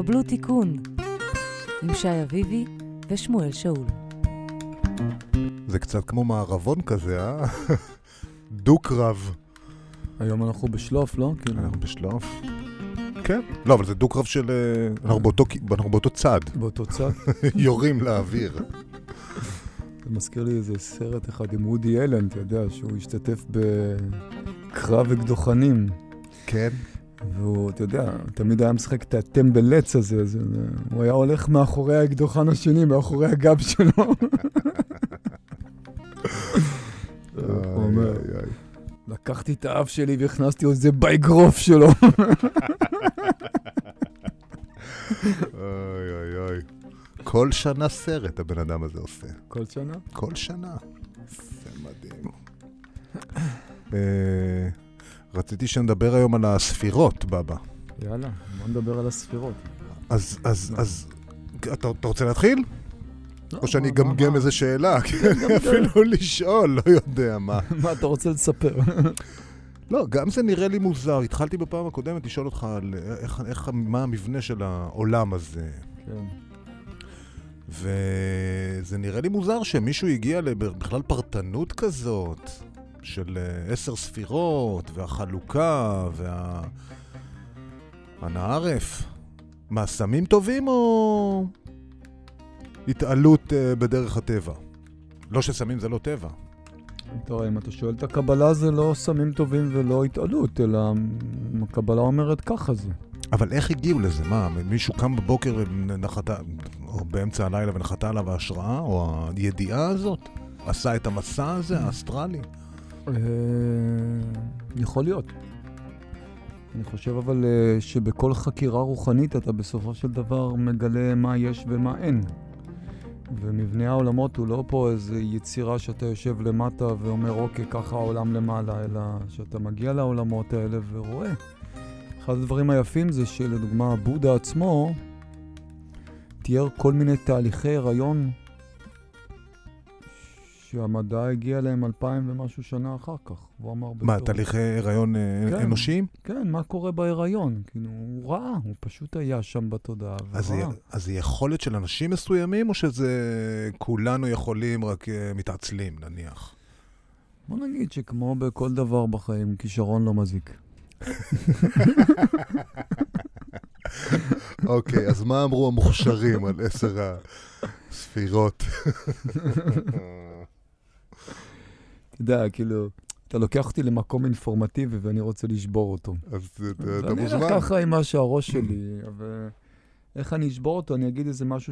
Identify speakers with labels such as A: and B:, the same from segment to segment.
A: קבלו תיקון עם שי אביבי ושמואל שאול.
B: זה קצת כמו מערבון כזה, אה? דו-קרב.
C: היום אנחנו בשלוף, לא?
B: אנחנו בשלוף. כן. לא, אבל זה דו-קרב של... אנחנו באותו צד.
C: באותו צד?
B: יורים לאוויר.
C: זה מזכיר לי איזה סרט אחד עם וודי אלן, אתה יודע, שהוא השתתף בקרב אקדוחנים.
B: כן.
C: והוא, אתה יודע, תמיד היה משחק את הטמבלץ הזה, הוא היה הולך מאחורי האקדוחן השני, מאחורי הגב שלו. הוא אומר, לקחתי את האף שלי והכנסתי את זה באגרוף שלו.
B: אוי אוי אוי. כל שנה סרט הבן אדם הזה עושה.
C: כל שנה?
B: כל שנה. זה מדהים. רציתי שנדבר היום על הספירות, בבא.
C: יאללה, בוא נדבר על הספירות.
B: אז אתה רוצה להתחיל? או שאני אגמגם איזה שאלה? אפילו לשאול, לא יודע מה.
C: מה אתה רוצה לספר?
B: לא, גם זה נראה לי מוזר. התחלתי בפעם הקודמת לשאול אותך על מה המבנה של העולם הזה.
C: כן.
B: וזה נראה לי מוזר שמישהו הגיע בכלל פרטנות כזאת של 10 ספירות והחלוקה והנערף. מה, סמים טובים או התעלות בדרך הטבע? לא שסמים זה לא טבע.
C: תראה, אם אתה שואל את הקבלה זה לא סמים טובים ולא התעלות, אלא הקבלה אומרת ככה זה.
B: אבל איך הגיעו לזה? מה, מישהו קם בבוקר ונחתה, או באמצע הלילה ונחתה עליו ההשראה, או הידיעה הזאת? עשה את המסע הזה, האסטרלי?
C: יכול להיות. אני חושב אבל שבכל חקירה רוחנית אתה בסופו של דבר מגלה מה יש ומה אין. ומבנה העולמות הוא לא פה איזו יצירה שאתה יושב למטה ואומר אוקיי, ככה העולם למעלה, אלא שאתה מגיע לעולמות האלה ורואה. אחד הדברים היפים זה שלדוגמה בודה עצמו תיאר כל מיני תהליכי הריון שהמדע הגיע להם 2000 ומשהו שנה אחר כך.
B: מה, תהליכי הריון אנושיים?
C: כן, מה קורה בהיריון? כאילו, הוא ראה, הוא פשוט היה שם בתודעה.
B: אז זה יכולת של אנשים מסוימים, או שזה כולנו יכולים רק מתעצלים, נניח?
C: בוא נגיד שכמו בכל דבר בחיים, כישרון לא מזיק.
B: אוקיי, אז מה אמרו המוכשרים על 10 הספירות?
C: אתה יודע, כאילו, אתה לוקח אותי למקום אינפורמטיבי ואני רוצה לשבור אותו.
B: אז אתה
C: ואני
B: מוזמן.
C: אלך ככה עם מה שהראש שלי, אבל איך אני אשבור אותו? אני אגיד איזה משהו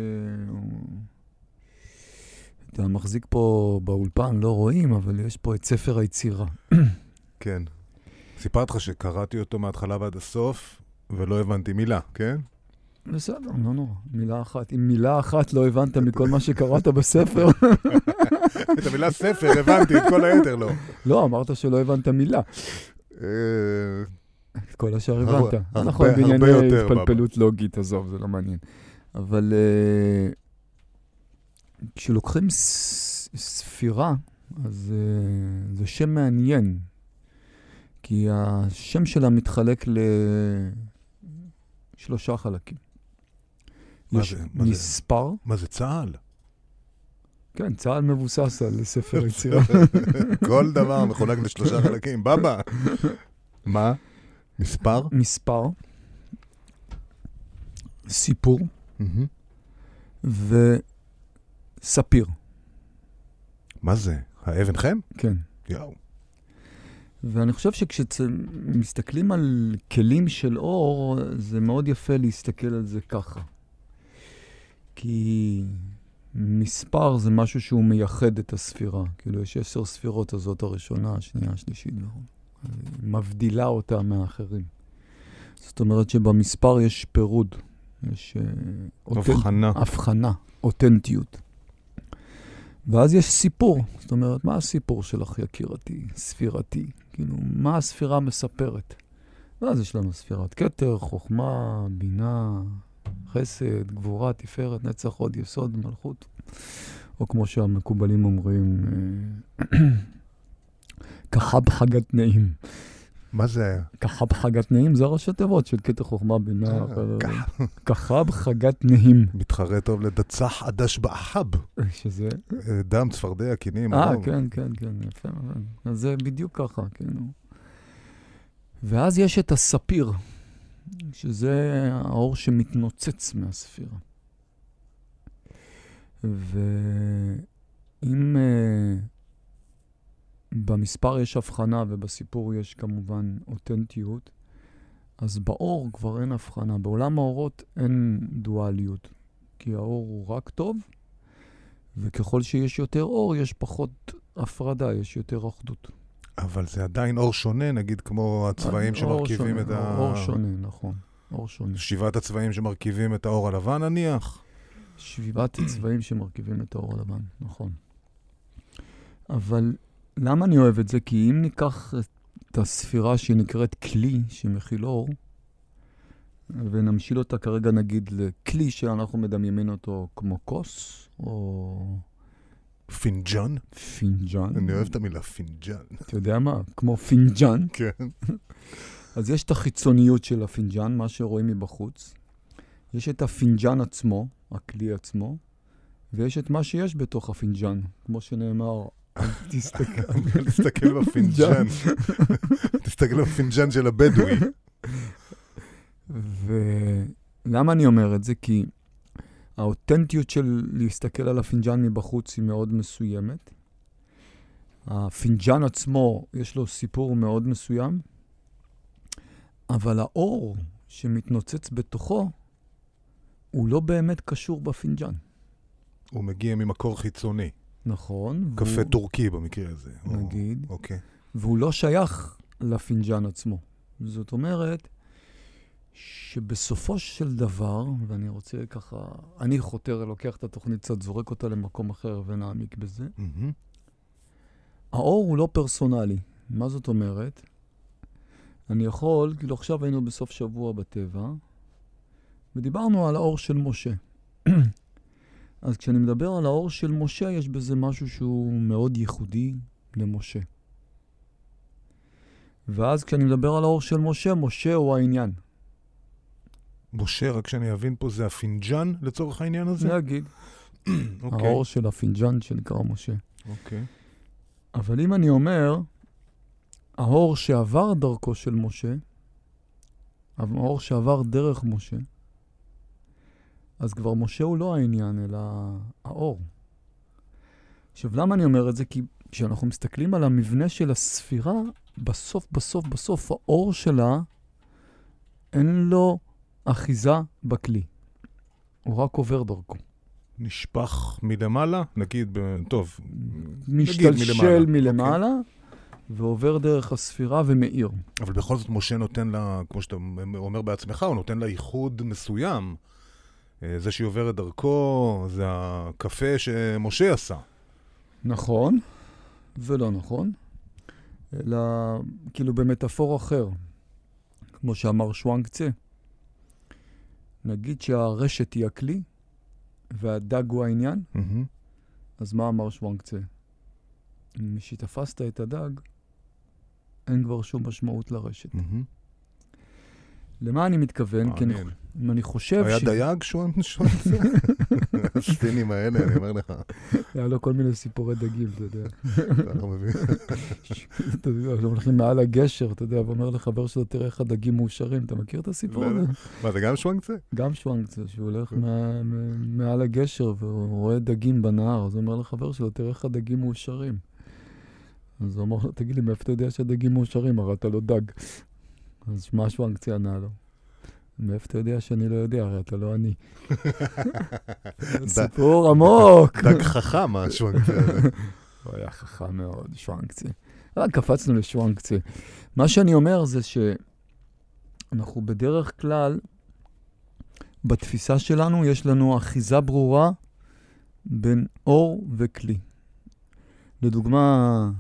C: אתה מחזיק פה באולפן, לא רואים, אבל יש פה את ספר היצירה.
B: כן. סיפרתי לך שקראתי אותו מההתחלה ועד הסוף, ולא הבנתי מילה, כן?
C: בסדר, לא נורא. מילה אחת. אם מילה אחת לא הבנת מכל מה שקראת בספר.
B: את המילה ספר הבנתי, את כל היתר לא.
C: לא, אמרת שלא הבנת מילה. את כל השאר הבנת. נכון, בענייני התפלפלות לוגית, עזוב, זה לא מעניין. אבל כשלוקחים ספירה, אז זה שם מעניין. כי השם שלה מתחלק ל3 חלקים. יש מספר.
B: מה זה צהל?
C: כן, צהל מבוסס על ספר יצירה.
B: כל דבר מחולק ל3 חלקים. בבא. מה? מספר?
C: מספר. סיפור. וספיר.
B: מה זה? האבן חן?
C: כן.
B: יאו.
C: ואני חושב שכשמסתכלים על כלים של אור, זה מאוד יפה להסתכל על זה ככה. כי מספר זה משהו שהוא מייחד את הספירה. כאילו יש 10 ספירות, הזאת הראשונה, השנייה, השלישית. מבדילה אותה מהאחרים. זאת אומרת שבמספר יש פירוד. יש הבחנה, אותנטיות. ואז יש סיפור. זאת אומרת, מה הסיפור שלך, יקירתי, ספירתי? כאילו, מה הספירה מספרת? ואז יש לנו ספירת כתר, חוכמה, בינה, חסד, גבורה, תפארת, נצח, הוד, יסוד, מלכות. או כמו שהמקובלים אומרים, כחב חגת נעים.
B: מה זה היה?
C: כחב חגת נעים, זה ראשי תיבות של קטע חוכמה בינה. כחב חגת נעים.
B: מתחרה טוב לדצח עדש באחב.
C: שזה?
B: דם, צפרדע, קינים.
C: כן, יפה. אז זה בדיוק ככה, כן. ואז יש את הספיר, שזה האור שמתנוצץ מהספירה. ואם במספר יש הבחנה ובסיפור יש כמובן אותנטיות, אז באור כבר אין הבחנה. בעולם האורות אין דואליות, כי האור הוא רק טוב, וככל שיש יותר אור, יש פחות הפרדה, יש יותר אחדות.
B: אבל זה עדיין אור שונה, נגיד כמו הצבעים שמרכיבים את ה...
C: אור שונה, נכון. אור שונה.
B: 7 הצבעים שמרכיבים את האור הלבן, נניח?
C: 7 הצבעים שמרכיבים את האור הלבן, נכון. אבל למה אני אוהב את זה? כי אם ניקח את הספירה שהיא נקראת כלי, שמכיל אור, ונמשיל אותה כרגע נגיד לכלי שאנחנו מדמיינים אותו כמו כוס, או...
B: פינג'ן?
C: פינג'ן.
B: אני אוהב את המילה פינג'ן.
C: אתה יודע מה? כמו פינג'ן.
B: כן.
C: אז יש את החיצוניות של הפינג'ן, מה שרואים מבחוץ. יש את הפינג'ן עצמו, הכלי עצמו, ויש את מה שיש בתוך הפינג'ן. כמו שנאמר,
B: תסתכל בפינג'ן. תסתכל בפינג'ן של הבדואי.
C: ולמה אני אומר את זה? כי האותנטיות של להסתכל על הפינג'ן מבחוץ היא מאוד מסוימת. הפינג'ן עצמו יש לו סיפור מאוד מסוים, אבל האור שמתנוצץ בתוכו הוא לא באמת קשור בפינג'ן.
B: הוא מגיע ממקור חיצוני.
C: נכון.
B: קפה טורקי במקרה הזה.
C: נגיד.
B: אוקיי.
C: והוא לא שייך לפינג'ן עצמו. זאת אומרת, שבסופו של דבר, ואני רוצה ככה, אני חותר, לוקח את התוכנית קצת, זורק אותה למקום אחר ונעמיק בזה. האור הוא לא פרסונלי. מה זאת אומרת? אני יכול, כאילו עכשיו היינו בסוף שבוע בטבע, ודיברנו על האור של משה. אז כשאני מדבר על האור של משה, יש בזה משהו שהוא מאוד ייחודי למשה. ואז כשאני מדבר על האור של משה, משה הוא העניין.
B: משה, רק שאני אבין פה, זה הפינג'ן לצורך העניין הזה?
C: להגיד. האור של הפינג'ן שנקרא משה.
B: אוקיי.
C: אבל אם אני אומר, האור שעבר דרכו של משה, האור שעבר דרך משה, אז כבר משה הוא לא העניין, אלא האור. עכשיו, למה אני אומר את זה? כי כשאנחנו מסתכלים על המבנה של הספירה, בסוף, האור שלה, אין לו אחיזה בכלי. הוא רק עובר דרכו.
B: נשפך מלמעלה? נגיד, טוב.
C: משתלשל מלמעלה, ועובר דרך הספירה ומאיר.
B: אבל בכל זאת משה נותן לה, כמו שאתה אומר בעצמך, הוא נותן לה ייחוד מסוים. זה שהיא עוברת דרכו, זה הקפה שמשה עשה.
C: נכון, ולא נכון. אלא כאילו במטאפור אחר. כמו שאמר שוואנג-צה. נגיד שהרשת היא הכלי, והדג הוא העניין, אז מה אמר שוואנג-צה? אם שתפסת את הדג, אין כבר שום משמעות לרשת. למה אני מתכוון? כי אני חושב
B: היה דייג שוואנג-צה? הספינים האלה, אני אומר לך.
C: היה לו כל מיני סיפורי דגים, אתה יודע.
B: אתה לא מבין.
C: אתה יודע, הולכים מעל הגשר, אתה יודע, ואומר לחבר שלו, תראה איך הדגים מאושרים. אתה מכיר את הסיפור הזה?
B: מה, זה גם שוואנג-צה?
C: גם שוואנג-צה, שהוא הולך מעל הגשר והוא רואה דגים בנהר, אז הוא אומר לחבר שלו, תראה איך הדגים מאושרים. אז הוא אומר לו, תגיד לי, מאיפה אתה יודע שהדגים מאושרים? הרי אתה לא דג. אז מה שוואנג-צה ענה לו? מאיפה אתה יודע שאני לא יודע? הרי אתה לא אני. סיפור עמוק.
B: דג חכם, השוואנג-צה הזה.
C: הוא היה חכם מאוד, שוואנג-צה. רק קפצנו לשוואנג-צה. מה שאני אומר זה שאנחנו בדרך כלל, בתפיסה שלנו, יש לנו אחיזה ברורה בין אור וכלי. לדוגמה,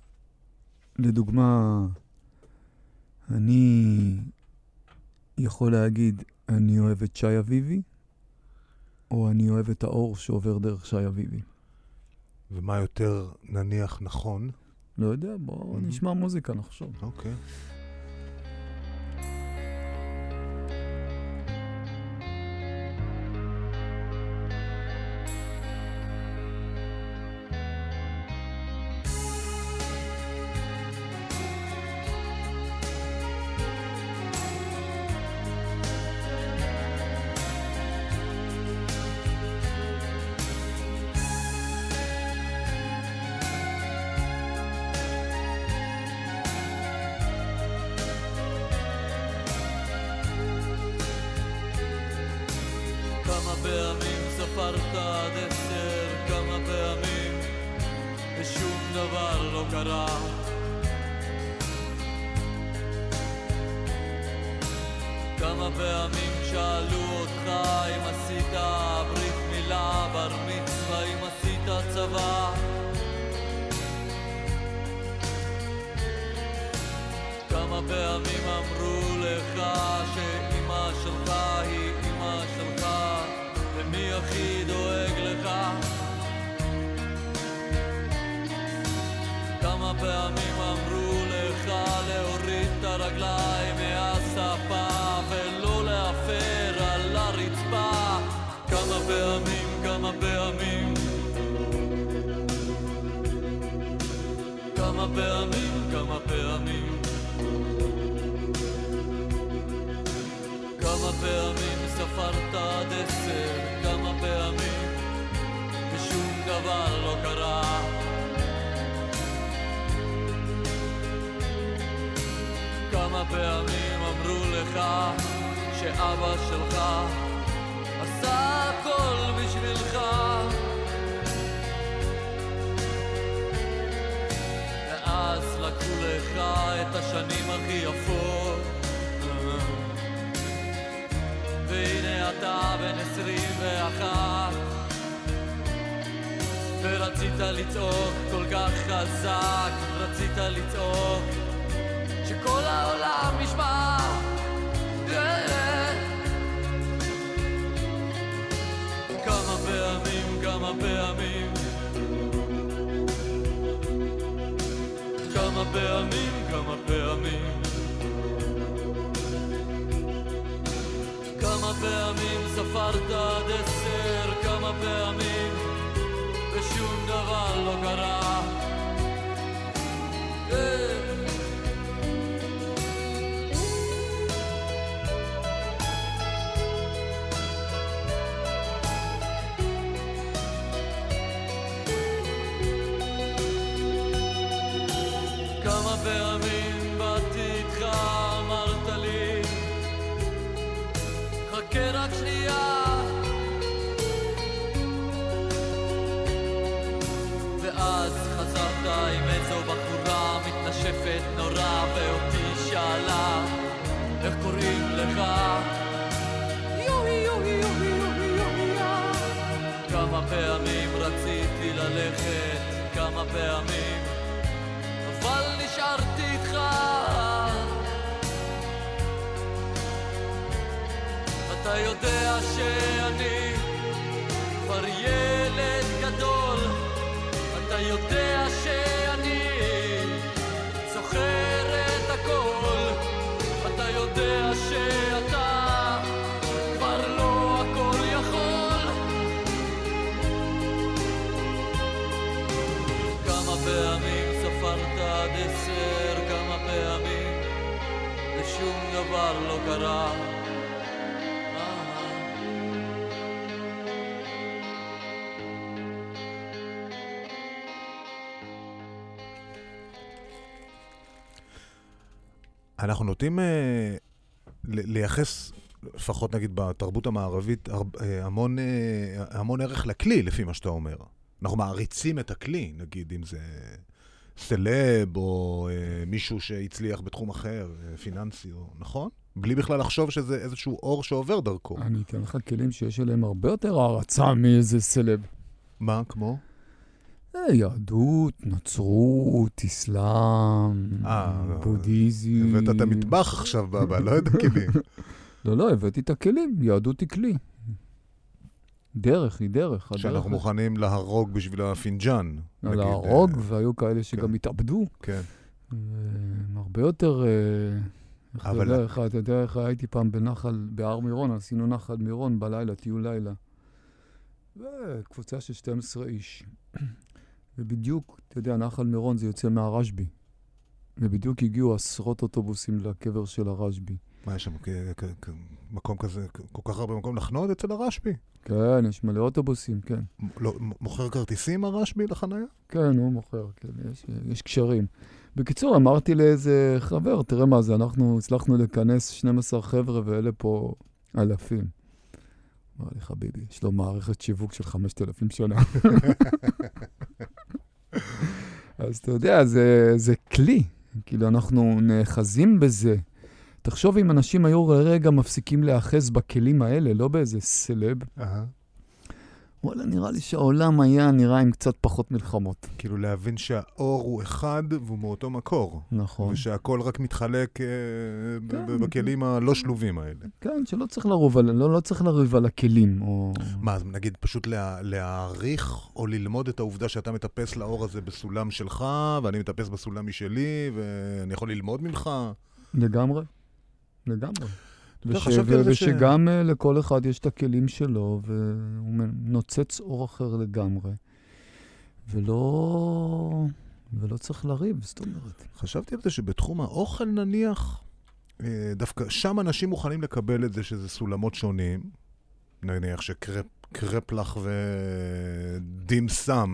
C: אני יכול להגיד, אני אוהב את שי אביבי, או אני אוהב את האור שעובר דרך שי אביבי.
B: ומה יותר נניח נכון?
C: לא יודע, בואו נשמע מוזיקה, נחשוב.
B: אוקיי.
D: פעמים ספרת עד 10, כמה פעמים ושום דבר לא קרה. כמה פעמים שאלו אותך אם עשית ברית מילה, בר מצווה, אם עשית צבא. כמה פעמים אמרו לך שאמא שלך היא אמא שלך ומי הכי דואג לך. כמה פעמים אמרו לך להוריד את הרגליים מהספה ולא להפר על הרצפה. כמה פעמים, כמה פעמים, כמה פעמים, כמה פעמים, כמה פעמים ספרת עד 10, כמה פעמים ושום דבר לא קרה. כמה פעמים אמרו לך שאבא שלך עשה הכל בשבילך, ואז לקחו לך את השנים הכי יפות, והנה אתה בן 21 ורצית לצעוק כל כך חזק, רצית לצעוק שכל העולם ישמע. כמה פעמים, כמה פעמים, כמה פעמים, כמה פעמים, כמה פעמים ספרת עד 10, כמה פעמים ושום דבר לא קרה. כמה פעמים באתי איתך, אמרת לי חכה רק שנייה, ואז חזרת עם איזו בחורה מתנשפת נורא ואותי שאלה איך קוראים לך. כמה פעמים רציתי ללכת, כמה פעמים אבל נשארתי איתך. אתה יודע שאני כבר ילד גדול, אתה יודע שאני זוכר את הכל, אתה יודע שאתה כבר לא הכל יכול. כמה פעמים ספרת עד 10, כמה פעמים ושום דבר לא קרה.
B: אנחנו נוטים לייחס, לפחות נגיד בתרבות המערבית, המון ערך לכלי, לפי מה שאתה אומר. אנחנו מעריצים את הכלי, נגיד אם זה סלב או מישהו שהצליח בתחום אחר, פיננסי, נכון? בלי בכלל לחשוב שזה איזשהו אור שעובר דרכו.
C: אני אתן לך כלים שיש אליהם הרבה יותר הערצה מאיזה סלב.
B: מה, כמו?
C: יהדות, נצרות, אסלאם, בודהיזם.
B: הבאת את המטבח עכשיו, לא את הכלים.
C: לא, הבאתי את הכלים. יהדות היא כלי. דרך היא דרך.
B: שאנחנו מוכנים להרוג בשביל הפינג'אן.
C: להרוג, והיו כאלה שגם התאבדו.
B: כן.
C: הרבה יותר... אתה יודע איך הייתי פעם בנחל, בהר מירון, עשינו נחל מירון בלילה, טיול לילה. וקבוצה של 12 איש. ובדיוק, אתה יודע, נחל מירון זה יוצא מהרשב"י. ובדיוק הגיעו עשרות אוטובוסים לקבר של הרשב"י.
B: מה, יש שם מקום כזה, כל כך הרבה מקום לחנות אצל הרשב"י?
C: כן, יש מלא אוטובוסים, כן.
B: מוכר כרטיסים הרשב"י לחניה?
C: כן, הוא מוכר, כן, יש קשרים. בקיצור, אמרתי לאיזה חבר, תראה מה זה, אנחנו הצלחנו לכנס 12 חבר'ה ואלה פה אלפים. אמר לי, חביבי, יש לו מערכת שיווק של 5,000 שנה. אז אתה יודע, זה כלי. כאילו, אנחנו נאחזים בזה. תחשוב אם אנשים היו רגע מפסיקים להאחז בכלים האלה, לא באיזה סלב. וואלה, נראה לי שהעולם היה נראה עם קצת פחות מלחמות.
B: כאילו להבין שהאור הוא אחד והוא מאותו מקור.
C: נכון.
B: ושהכל רק מתחלק בכלים הלא שלובים האלה.
C: כן, שלא צריך לא צריך לריב על הכלים.
B: מה, אז נגיד פשוט להעריך או ללמוד את העובדה שאתה מטפס לאור הזה בסולם שלך, ואני מטפס בסולם משלי, ואני יכול ללמוד ממך?
C: לגמרי. ושגם לכל אחד יש את הכלים שלו, והוא נוצץ אור אחר לגמרי. ולא צריך לריב, זאת אומרת.
B: חשבתי על זה שבתחום האוכל נניח, דווקא שם אנשים מוכנים לקבל את זה שזה סולמות שונים. נניח שקרפלח ודים סם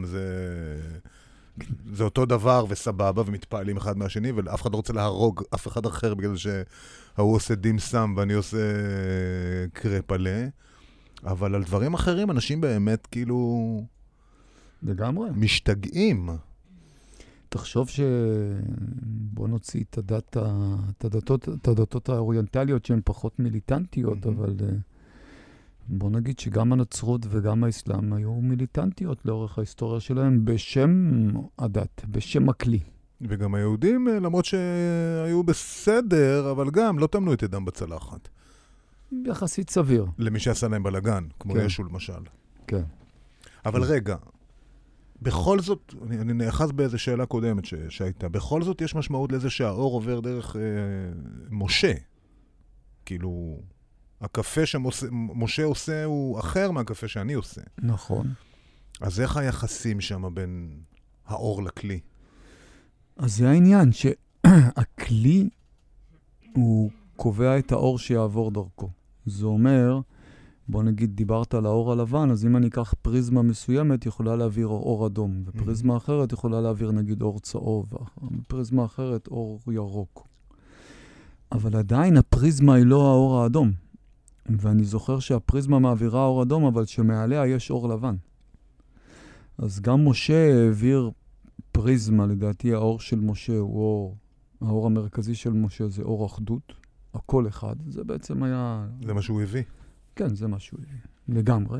B: זה אותו דבר וסבבה ומתפעלים אחד מהשני, ואף אחד לא רוצה להרוג אף אחד אחר בגלל שההוא עושה דים סם ואני עושה קרפלה. אבל על דברים אחרים אנשים באמת כאילו
C: לגמרי.
B: משתגעים.
C: תחשוב בוא נוציא את הדתות האוריינטליות שהן פחות מיליטנטיות, אבל בוא נגיד שגם הנצרות וגם האסלאם היו מיליטנטיות לאורך ההיסטוריה שלהם בשם הדת, בשם הכלי.
B: וגם היהודים, למרות שהיו בסדר, אבל גם לא טמנו את ידם בצלחת.
C: יחסית סביר.
B: למי שעשה להם בלגן, כמו
C: כן.
B: ישו למשל.
C: כן.
B: אבל רגע, בכל זאת, אני נאחז באיזו שאלה קודמת שהייתה, בכל זאת יש משמעות לזה שהאור עובר דרך משה. כאילו, הקפה שמשה עושה הוא אחר מהקפה שאני עושה.
C: נכון.
B: אז איך היחסים שם בין האור לכלי?
C: אז זה העניין, שהכלי הוא קובע את האור שיעבור דרכו. זה אומר, בוא נגיד, דיברת על האור הלבן, אז אם אני אקח פריזמה מסוימת, יכולה להעביר אור אדום, ופריזמה אחרת יכולה להעביר נגיד אור צהוב, ופריזמה אחרת אור ירוק. אבל עדיין הפריזמה היא לא האור האדום. ואני זוכר שהפריזמה מעבירה אור אדום, אבל שמעליה יש אור לבן. אז גם משה העביר פריזמה, לדעתי האור של משה הוא אור, האור המרכזי של משה זה אור אחדות, הכל אחד, זה בעצם היה...
B: זה מה שהוא הביא.
C: כן, זה מה שהוא הביא, לגמרי.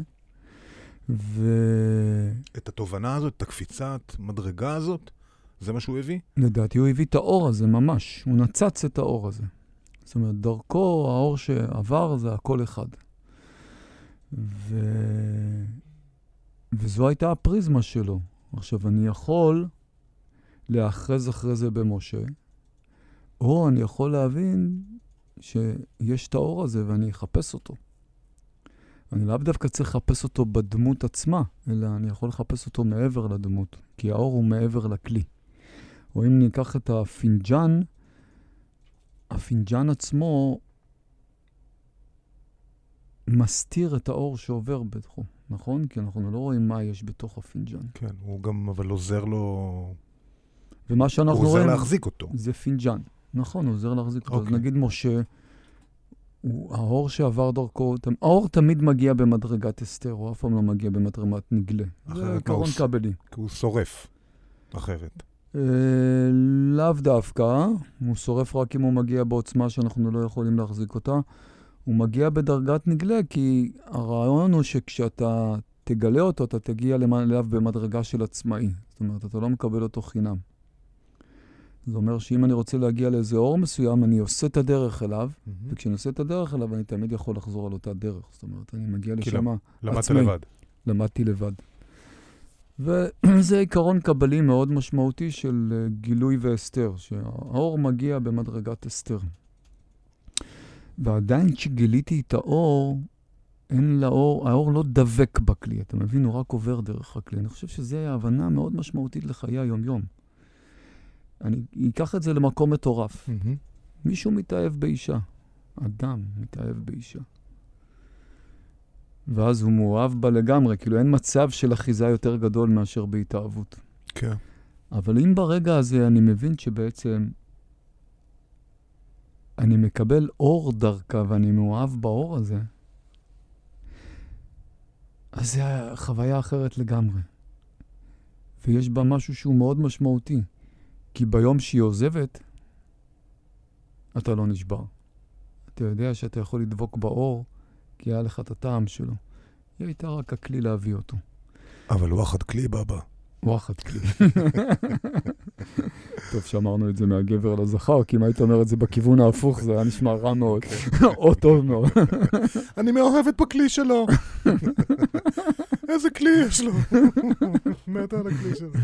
B: את התובנה הזאת, את הקפיצת מדרגה הזאת, זה מה שהוא הביא?
C: לדעתי הוא הביא את האור הזה ממש, הוא נצץ את האור הזה. זאת אומרת, דרכו האור שעבר זה הכל אחד. וזו הייתה הפריזמה שלו. עכשיו, אני יכול להאחז אחרי זה במשה, או אני יכול להבין שיש את האור הזה ואני אחפש אותו. אני לאו דווקא צריך לחפש אותו בדמות עצמה, אלא אני יכול לחפש אותו מעבר לדמות, כי האור הוא מעבר לכלי. או אם ניקח את הפינג'אן, הפינג'אן עצמו מסתיר את האור שעובר בתוכו, נכון? כי אנחנו לא רואים מה יש בתוך הפינג'אן.
B: כן, הוא גם אבל עוזר לו...
C: ומה שאנחנו
B: הוא
C: רואים...
B: עוזר להחזיק אותו.
C: זה פינג'אן. נכון, הוא עוזר להחזיק אותו. אז
B: אוקיי.
C: נגיד משה, האור שעבר דרכו, האור תמיד מגיע במדרגת אסתר, הוא אף פעם לא מגיע במדרגת נגלה. זה עקרון קבלי.
B: כי הוא שורף אחרת.
C: לאו דווקא, הוא שורף רק אם הוא מגיע בעוצמה שאנחנו לא יכולים להחזיק אותה. הוא מגיע בדרגת נגלה, כי הרעיון הוא שכשאתה תגלה אותו, אתה תגיע אליו במדרגה של עצמאי. זאת אומרת, אתה לא מקבל אותו חינם. זה אומר שאם אני רוצה להגיע לאיזה אור מסוים, אני עושה את הדרך אליו, וכשאני עושה את הדרך אליו, אני תמיד יכול לחזור על אותה דרך. זאת אומרת, אני מגיע לשם עצמאי.
B: למדת לבד.
C: למדתי לבד. וזה עיקרון קבלי מאוד משמעותי של גילוי ואסתר, שהאור מגיע במדרגת אסתר. ועדיין כשגיליתי את האור, אין לאור, האור לא דבק בכלי, אתה מבין? הוא רק עובר דרך הכלי. אני חושב שזו ההבנה מאוד משמעותית לחיי היום-יום. אני אקח את זה למקום מטורף. מישהו מתאהב באישה. אדם מתאהב באישה. ואז הוא מאוהב בה לגמרי, כאילו אין מצב של אחיזה יותר גדול מאשר בהתאהבות.
B: כן.
C: אבל אם ברגע הזה אני מבין שבעצם אני מקבל אור דרכה ואני מאוהב באור הזה, אז זה חוויה אחרת לגמרי. ויש בה משהו שהוא מאוד משמעותי. כי ביום שהיא עוזבת, אתה לא נשבר. אתה יודע שאתה יכול לדבוק באור, כי היה לך את הטעם שלו. היא הייתה רק הכלי להביא אותו.
B: אבל וואחד כלי, בבא.
C: וואחד כלי. טוב, שאמרנו את זה מהגבר לזכר, כי אם היית אומר את זה בכיוון ההפוך, זה היה נשמע רע מאוד. או טוב מאוד.
B: אני מאוהבת בכלי שלו. איזה כלי יש לו. מתה על הכלי שלו.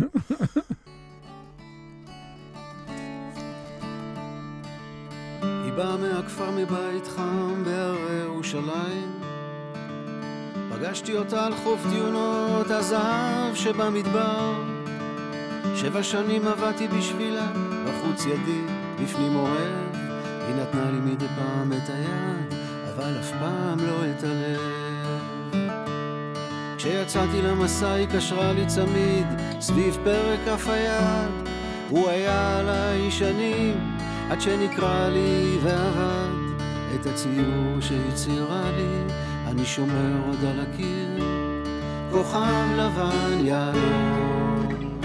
E: היא באה מהכפר מבית חם בהרי ירושלים. פגשתי אותה על חוף דיונות הזהב שבמדבר. 7 שנים עבדתי בשבילה, בחוץ ידי, בפנים אוהב. היא נתנה לי מדי פעם את היד, אבל אף פעם לא את הלב. כשיצאתי למסע היא קשרה לי צמיד, סביב פרק כף היד. הוא היה עליי שנים, עד שנקרא לי ועבד. את הציור שהצירה לי, אני שומר עוד על הקיר. כוכב לבן יעלום,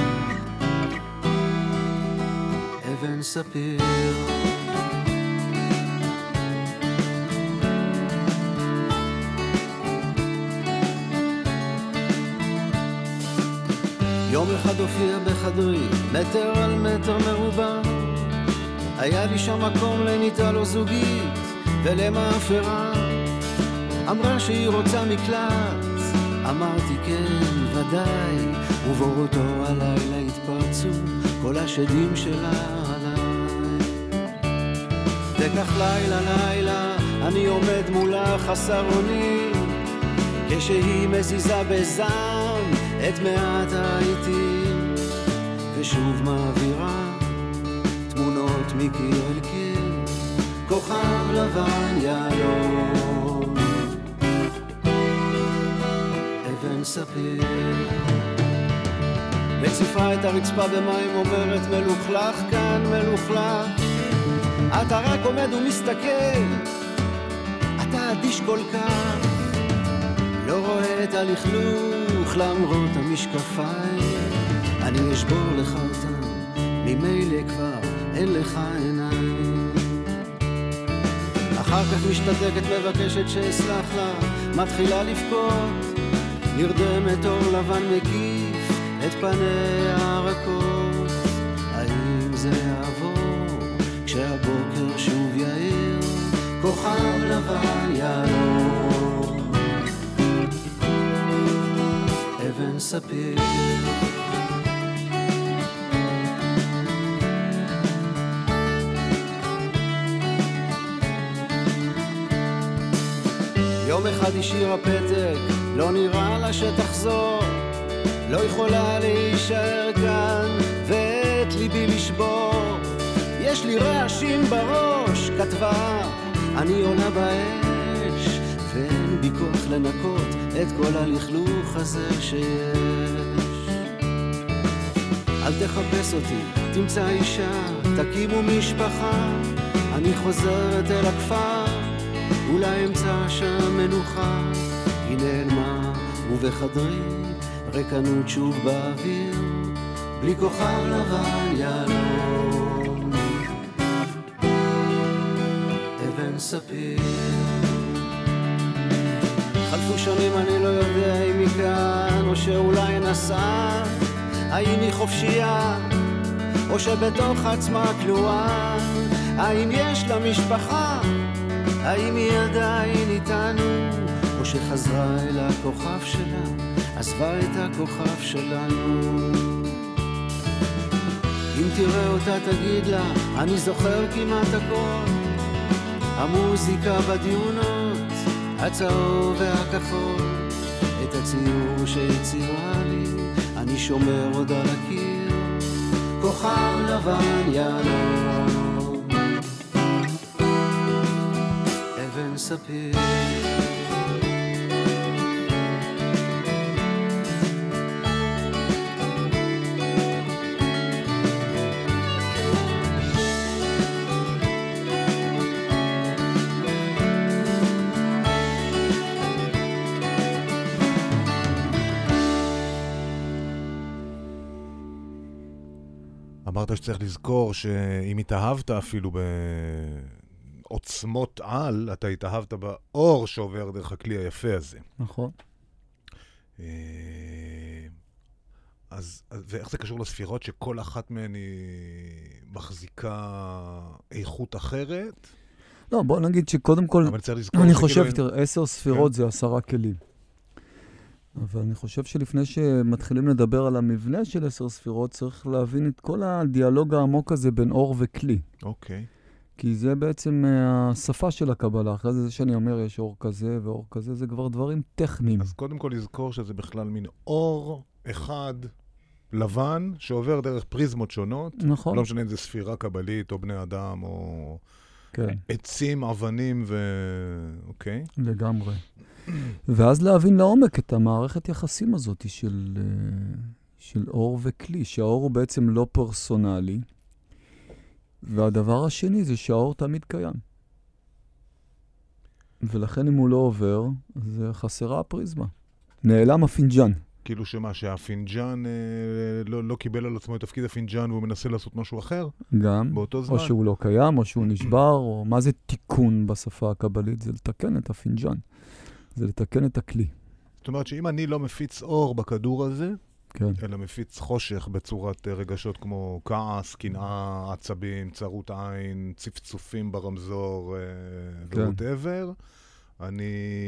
E: אבן ספיר. יום אחד הופיע בחדרי, מטר על מטר מרובע. היה לי שם מקום למיטה לא זוגית ולמאפרה. אמרה שהיא רוצה מקלט, אמרתי כן ודאי. ובאותו הלילה התפרצו כל השדים שלה עליי. תקח לילה לילה אני עומד מולה חסר אונים, כשהיא מזיזה בזעם את מעט העיתים, ושוב מעבירה תמונות מקיר אל קיר. כוכב לבן יעלום, אבן ספיר. מציפה את הרצפה במים, אומרת מלוכלך כאן מלוכלך. אתה רק עומד ומסתכל, אתה אדיש כל כך, לא רואה את הלכלוך למרות המשקפיים. אני אשבור לך אותם, ממילא כבר אין לך עיניים. אחר כך משתתקת, מבקשת שאסלח לה, מתחילה לבכות, נרדמת אור לבן מקיף את פניה הרכות. האם זה יעבור כשהבוקר שוב יאיר? כוכב לבן יעלום, אבן ספיר. יום אחד השאירה פתק, לא נראה לה שתחזור, לא יכולה להישאר כאן ואת ליבי לשבור. יש לי רעשים בראש, כתבה, אני עולה באש, ואין בי כוח לנקות את כל הלכלוך הזה שיש. אל תחפש אותי, תמצא אישה, תקימו משפחה. אני חוזרת אל הכפר, אולי אמצא שם מנוחה. היא נעלמה ובחדרי רקנות שוב באוויר, בלי כוכב לבן יעלום, אבן ספיר. חלפו שנים, אני לא יודע אם היא כאן או שאולי נסעה. האם היא חופשייה או שבתוך עצמה כלואה? האם יש לה משפחה? האם היא עדיין איתנו, או שחזרה אל הכוכב שלה, עזבה את הכוכב שלנו? אם תראה אותה תגיד לה, אני זוכר כמעט הכל, המוזיקה בדיונות, הצהוב והכחול, את הציור שיצירה לי, אני שומר עוד על הקיר. כוכב לבן יעלום, אבן ספיר.
B: אמרת שצריך לזכור שאם התאהבת אפילו בעוצמות על, אתה התאהבת באור שעובר דרך הכלי היפה הזה.
C: נכון.
B: אז ואיך זה קשור לספירות שכל אחת מהן היא מחזיקה איכות אחרת?
C: לא, בוא נגיד שקודם כל,
B: אבל צריך לזכור
C: אני
B: שכאילו
C: חושב,
B: אין-
C: תראה, 10 ספירות זה 10 כלים. אבל אני חושב שלפני שמתחילים לדבר על המבנה של 10 ספירות, צריך להבין את כל הדיאלוג העמוק הזה בין אור וכלי.
B: אוקיי.
C: כי זה בעצם השפה של הקבלה. אחרי זה שאני אומר, יש אור כזה ואור כזה, זה כבר דברים טכניים.
B: אז קודם כל לזכור שזה בכלל מין אור אחד לבן שעובר דרך פריזמות שונות.
C: נכון.
B: לא משנה אם זה ספירה קבלית או בני אדם או
C: כן,
B: עצים, אבנים אוקיי.
C: לגמרי. ואז להבין לעומק את המערכת יחסים הזאת של אור וכלי, שהאור הוא בעצם לא פרסונלי, והדבר השני זה שהאור תמיד קיים. ולכן אם הוא לא עובר, אז חסרה הפריזמה. נעלם הפינג'אן.
B: כאילו שמה, שהפינג'אן לא קיבל על עצמו את תפקיד הפינג'אן והוא מנסה לעשות משהו אחר
C: גם,
B: באותו זמן.
C: או שהוא לא קיים, או שהוא נשבר, או מה זה תיקון בשפה הקבלית? זה לתקן את הפינג'אן. זה לתקן את הכלי.
B: זאת אומרת שאם אני לא מפיץ אור בכדור הזה,
C: כן,
B: אלא מפיץ חושך בצורת רגשות כמו כעס, קנאה, עצבים, צרות עין, צפצופים ברמזור
C: כן.
B: whatever, אני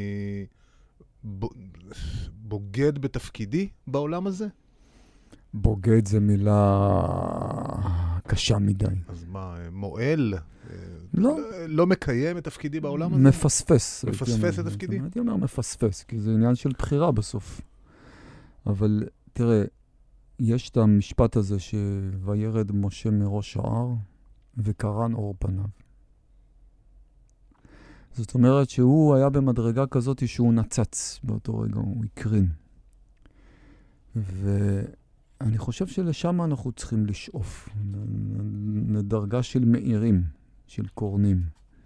B: בוגד בתפקידי בעולם הזה?
C: בוגד זה מילה קשה מדי.
B: אז מה, מועל?
C: לא.
B: לא מקיים את תפקידי בעולם הזה?
C: מפספס.
B: מפספס את תפקידי?
C: הייתי אומר מפספס, כי זה עניין של בחירה בסוף. אבל תראה, יש את המשפט הזה שוירד משה מראש ההר וקרן אור פניו. זאת אומרת שהוא היה במדרגה כזאת שהוא נצץ באותו רגע, הוא הקרין. ואני חושב שלשם אנחנו צריכים לשאוף, לדרגה של מאירים, של קורנים.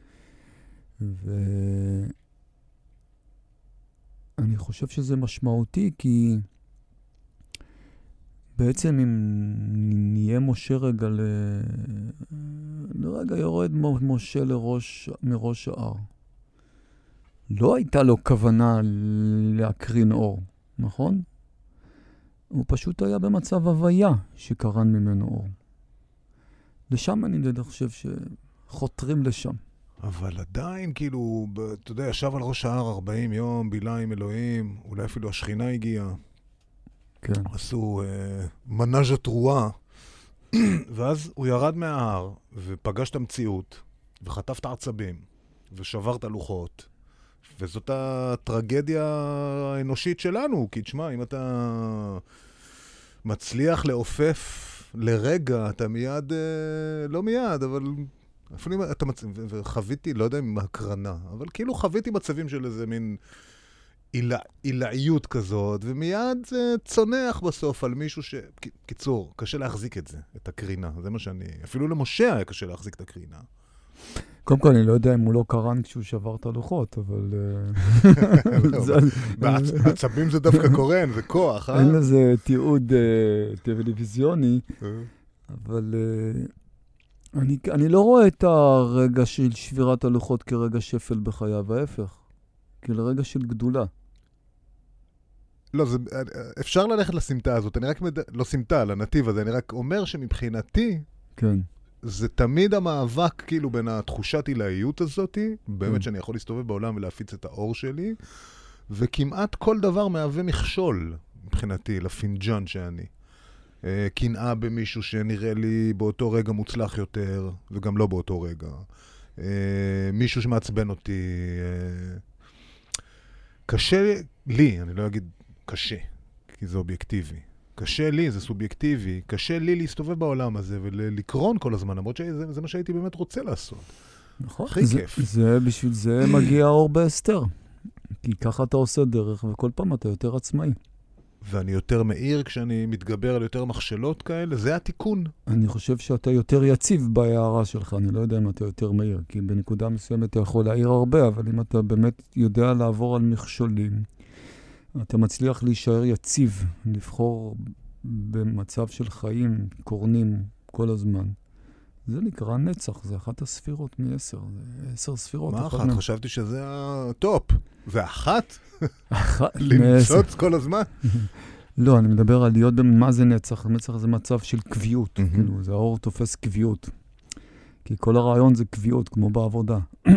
C: ואני חושב שזה משמעותי כי בעצם אם נהיה משה רגע לרגע יורד משה מראש ההר. לא הייתה לו כוונה להקרין אור, נכון? הוא פשוט היה במצב הוויה שקרן ממנו אור. לשם אני חושב שחותרים לשם.
B: אבל עדיין, כאילו, אתה יודע, ישב על ראש ההר 40 יום, בילה עם אלוהים, אולי אפילו השכינה הגיעה.
C: כן.
B: עשו מנאז' התרועה, ואז הוא ירד מההר, ופגש את המציאות, וחטף את העצבים, ושבר את הלוחות, וזאת הטרגדיה האנושית שלנו, כי תשמע, אם אתה מצליח לעופף לרגע, אתה מיד, לא מיד, אבל אפילו אם אתה וחוויתי, לא יודע אם הקרנה, אבל כאילו חוויתי מצבים של איזה מין עילאיות כזאת, ומיד זה צונח בסוף על מישהו קיצור, קשה להחזיק את זה, את הקרינה. זה מה שאני... אפילו למשה היה קשה להחזיק את הקרינה.
C: קודם כל, אני לא יודע אם הוא לא קרן כשהוא שבר את הלוחות, אבל...
B: בעצבים זה דווקא קורן, זה כוח, אה?
C: אין לזה תיעוד טלוויזיוני, אבל אני לא רואה את הרגע של שבירת הלוחות כרגע שפל בחייו, ההפך. כלרגע של גדולה.
B: לא, אפשר ללכת לסמטה הזאת, אני רק לא סמטה, לנתיב הזה, אני רק אומר שמבחינתי,
C: כן.
B: זה תמיד המאבק כאילו בין התחושת עילאיות הזאת, באמת שאני יכול להסתובב בעולם ולהפיץ את האור שלי, וכמעט כל דבר מהווה מכשול מבחינתי לפינג'אן שאני. קנאה במישהו שנראה לי באותו רגע מוצלח יותר, וגם לא באותו רגע. מישהו שמעצבן אותי. קשה לי, אני לא אגיד קשה, כי זה אובייקטיבי. קשה לי, זה סובייקטיבי, קשה לי להסתובב בעולם הזה ולקרון כל הזמן, למרות שזה מה שהייתי באמת רוצה לעשות.
C: נכון.
B: הכי כיף.
C: בשביל זה מגיע האור בהסתר. כי ככה אתה עושה דרך, וכל פעם אתה יותר עצמאי.
B: ואני יותר מאיר כשאני מתגבר על יותר מכשלות כאלה, זה התיקון.
C: אני חושב שאתה יותר יציב בהערה שלך, אני לא יודע אם אתה יותר מאיר, כי בנקודה מסוימת אתה יכול להעיר הרבה, אבל אם אתה באמת יודע לעבור על מכשולים, אתה מצליח להישאר יציב, לבחור במצב של חיים, קורנים, כל הזמן. זה נקרא נצח, זה אחת הספירות מ-10, זה 10 ספירות.
B: מה אחת? חשבתי שזה הטופ. זה אחת?
C: אחת
B: למצוץ כל הזמן?
C: לא, אני מדבר על להיות מה זה נצח. נצח זה מצב של קביעות, כאילו, זה האור תופס קביעות. כי כל הרעיון זה קביעות, כמו בעבודה.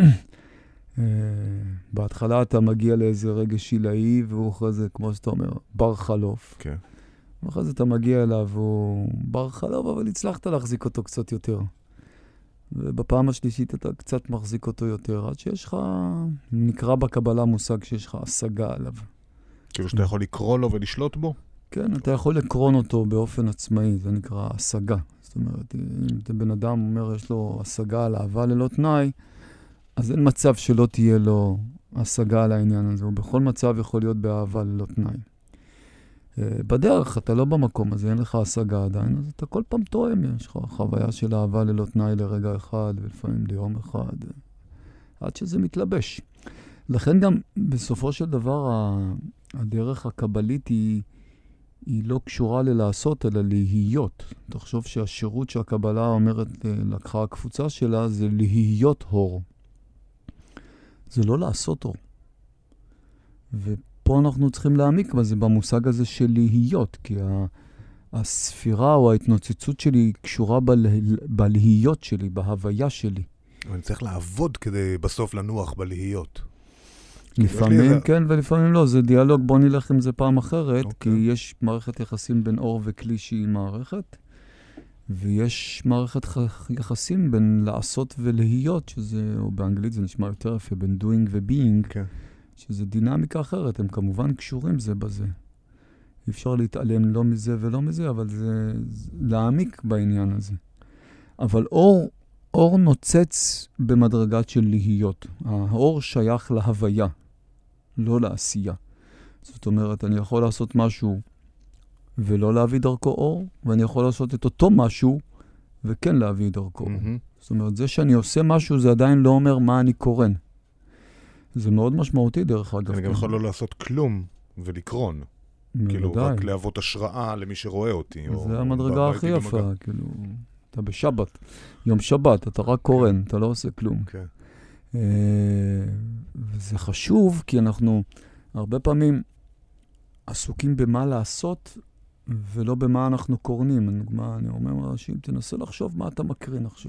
C: בהתחלה אתה מגיע לאיזה רגע שילאי, והוא אחרי זה, כמו שאתה אומר, בר חלוף.
B: כן.
C: ואחרי זה אתה מגיע אליו, הוא בר חלוף, אבל הצלחת להחזיק אותו קצת יותר. ובפעם השלישית אתה קצת מחזיק אותו יותר, עד שיש לך, נקרא בקבלה מושג שיש לך השגה עליו.
B: כאילו שאתה יכול לקרוא לו ולשלוט בו?
C: כן, אתה יכול לקרון אותו באופן עצמאי, זה נקרא השגה. זאת אומרת, אם בן אדם אומר, יש לו השגה על אהבה ללא תנאי, אז אין מצב שלא תהיה לו השגה על העניין הזה. הוא בכל מצב יכול להיות באהבה ללא תנאי. בדרך, אתה לא במקום הזה, אין לך השגה עדיין, אז אתה כל פעם תואם, יש לך חוויה של אהבה ללא תנאי לרגע אחד, ולפעמים ליום אחד, עד שזה מתלבש. לכן גם בסופו של דבר, הדרך הקבלית היא לא קשורה ללעשות, אלא להיות. תחשוב שהשירות שהקבלה אומרת, לקחה הקפוצה שלה, זה להיות הור. זה לא לעשות הור. ופה אנחנו צריכים להעמיק בזה, במושג הזה של להיות, כי הספירה או ההתנוצצות שלי היא קשורה בלהיות שלי, בהוויה שלי.
B: אבל אני צריך לעבוד כדי בסוף לנוח בלהיות.
C: לפעמים כן ולפעמים לא, זה דיאלוג, בוא נלך עם זה פעם אחרת, כי יש מערכת יחסים בין אור וכלי שהיא מערכת, ויש מערכת יחסים בין לעשות ולהיות, שזה, או באנגלית זה נשמע יותר יפה, בין doing ו-being, שזה דינמיקה אחרת, הם כמובן קשורים זה בזה. אי אפשר להתעלם לא מזה ולא מזה, אבל זה להעמיק בעניין הזה. אבל אור נוצץ במדרגת של להיות. האור שייך להוויה, לא לעשייה. זאת אומרת, אני יכול לעשות משהו ולא להביא דרכו אור, ואני יכול לעשות את אותו משהו וכן להביא דרכו. זאת אומרת, זה שאני עושה משהו, זה עדיין לא אומר מה אני קורן. זה מאוד משמעותי דרך אגב.
B: אני גם יכול לא לעשות כלום ולקרון. כאילו, רק להוות השראה למי שרואה אותי.
C: זה המדרגה הכי יפה, כאילו... אתה בשבת, יום שבת, אתה רק קורן, אתה לא עושה כלום. וזה חשוב, כי אנחנו הרבה פעמים עסוקים במה לעשות, ולא במה אנחנו קורנים. אני אומר לאנשים, תנסה לחשוב מה אתה מקרין עכשיו.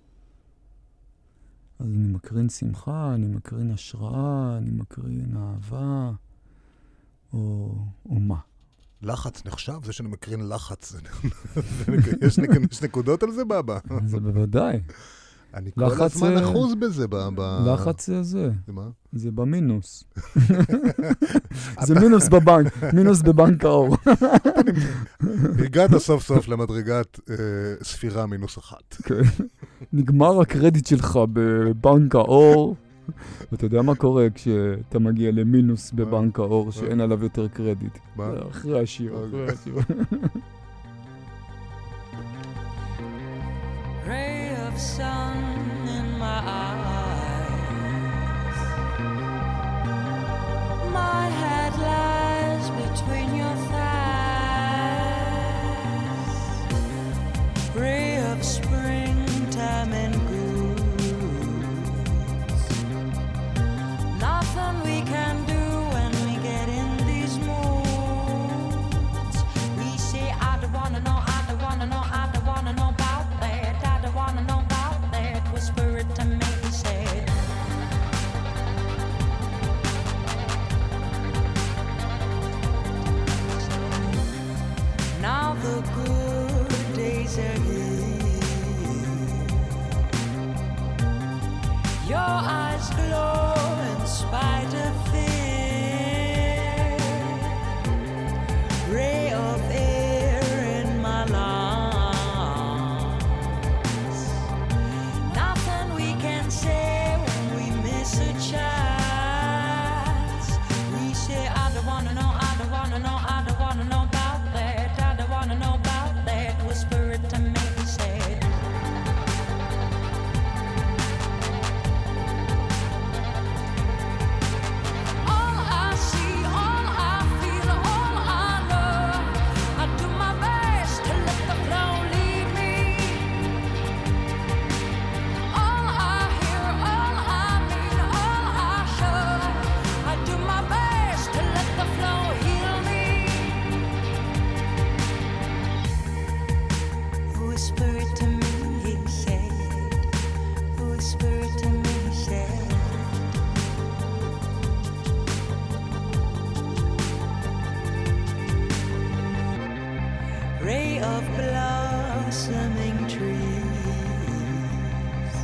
C: אז אני מקרין שמחה, אני מקרין השראה, אני מקרין אהבה, או מה.
B: לחץ נחשב? זה שאני מקרין לחץ. יש נקודות על זה, בבא?
C: זה בוודאי.
B: אני כל הזמן אחוז בזה.
C: לחץ זה.
B: זה מה?
C: זה במינוס. זה מינוס בבנק, מינוס בבנק האור.
B: הגעת סוף סוף למדרגת ספירה -1.
C: נגמר הקרדיט שלך בבנק האור. ואתה יודע מה קורה כשאתה מגיע למינוס בבנק האור, שאין עליו יותר קרדיט? אחרי השיר, אחרי השיר.
F: Ray of sun in my eyes, my head lies between your thighs, ray of springtime and nothing we can do when we get in these moods. We say, I don't wanna know, I don't wanna know, I don't wanna know about that. I don't wanna know about that. Whisper it to me, say. Now the good days are here. Your eyes glow in spite of fear. Ray of air in my lungs. Nothing we can say when we miss a chance. We say, I don't wanna know, I don't wanna know, I don't wanna know about that. I don't wanna know about that. Whisper it to me, say. ray of blossoming trees.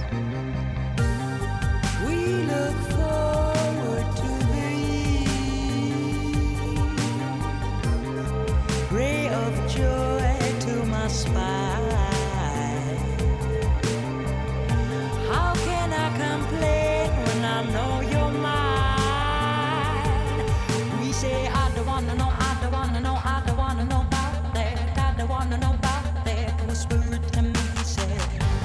F: We look forward to thee, ray of joy to my spine. How can I complain when I know you're mine? We say I don't wanna know, I don't wanna know, I don't wanna know about that. I don't wanna know about that. Whisper it to me, he said.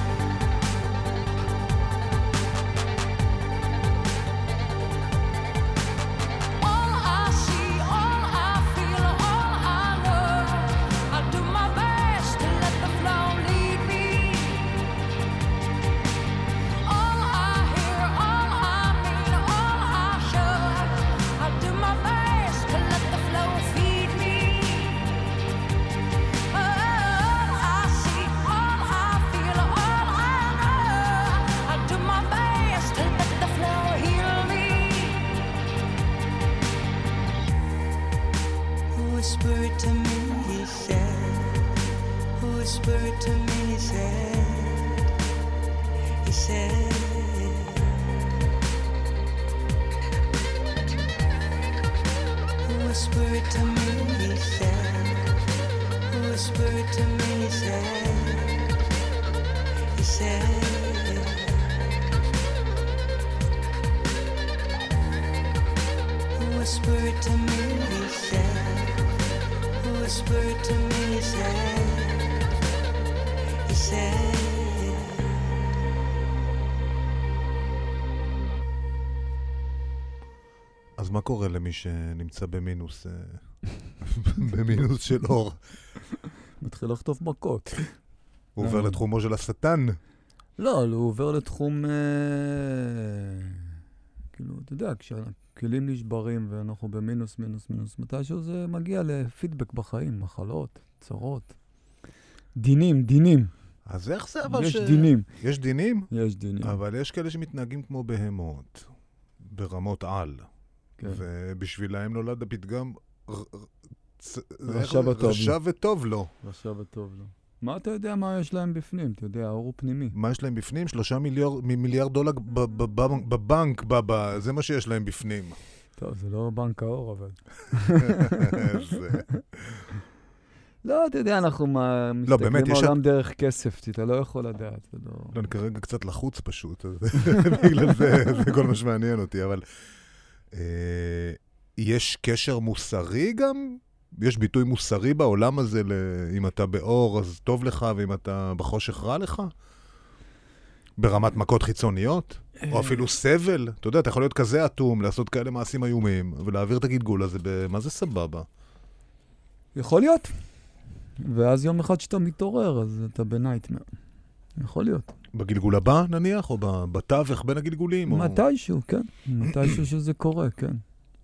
F: All I see, all I feel, all I love, I do my best to let the flow lead me. All I hear, all I mean, all I show, I do my best to let the flow feed me. All I see, all I feel, all I know, I do my best to let the flow heal me. Whisper it to me, he said. Whisper it to me, he said. He said. Whisper it to me, he said. Whisper it to me, he said. He said. Whisper it to me, he said. Whisper it to me, he said. He said.
B: אז מה קורה למי שנמצא במינוס, במינוס של אור?
C: מתחיל לחטוף מכות.
B: הוא עובר לתחומו של השטן.
C: לא, הוא עובר לתחום, כאילו, אתה יודע, כשהכלים נשברים ואנחנו במינוס, מינוס, מינוס, מתישהו זה מגיע לפידבק בחיים, מחלות, צרות. דינים, דינים.
B: אז איך זה אבל
C: יש דינים.
B: יש דינים?
C: יש דינים.
B: אבל יש כאלה שמתנהגים כמו בהמות, ברמות על.
C: כן.
B: ובשבילהם נולד הפתגם
C: רשע וטוב.
B: רשע וטוב לו.
C: רשע וטוב לו. מה אתה יודע מה יש להם בפנים? אתה יודע, האור הוא פנימי.
B: מה יש להם בפנים? 3 מיליארד דולר בבנק, זה מה שיש להם בפנים.
C: טוב, זה לא בנק האור, אבל. לא, אתה יודע, אנחנו מסתכלים העולם דרך כסף, אתה לא יכול לדעת.
B: לא, אני כרגע קצת לחוץ פשוט, בגלל זה כל מה שמעניין אותי, אבל יש קשר מוסרי גם? יש ביטוי מוסרי בעולם הזה, אם אתה באור אז טוב לך, ואם אתה בחושך רע לך? ברמת מכות חיצוניות? או אפילו סבל? אתה יודע, אתה יכול להיות כזה אטום, לעשות כאלה מעשים איומים, ולהעביר את הגלגול הזה, מה זה סבבה?
C: יכול להיות. ואז יום אחד שאתה מתעורר, אז אתה בנייטמר. יכול להיות.
B: בגלגול הבא נניח, או בתווך בין הגלגולים?
C: מתישהו, כן. מתישהו שזה קורה, כן.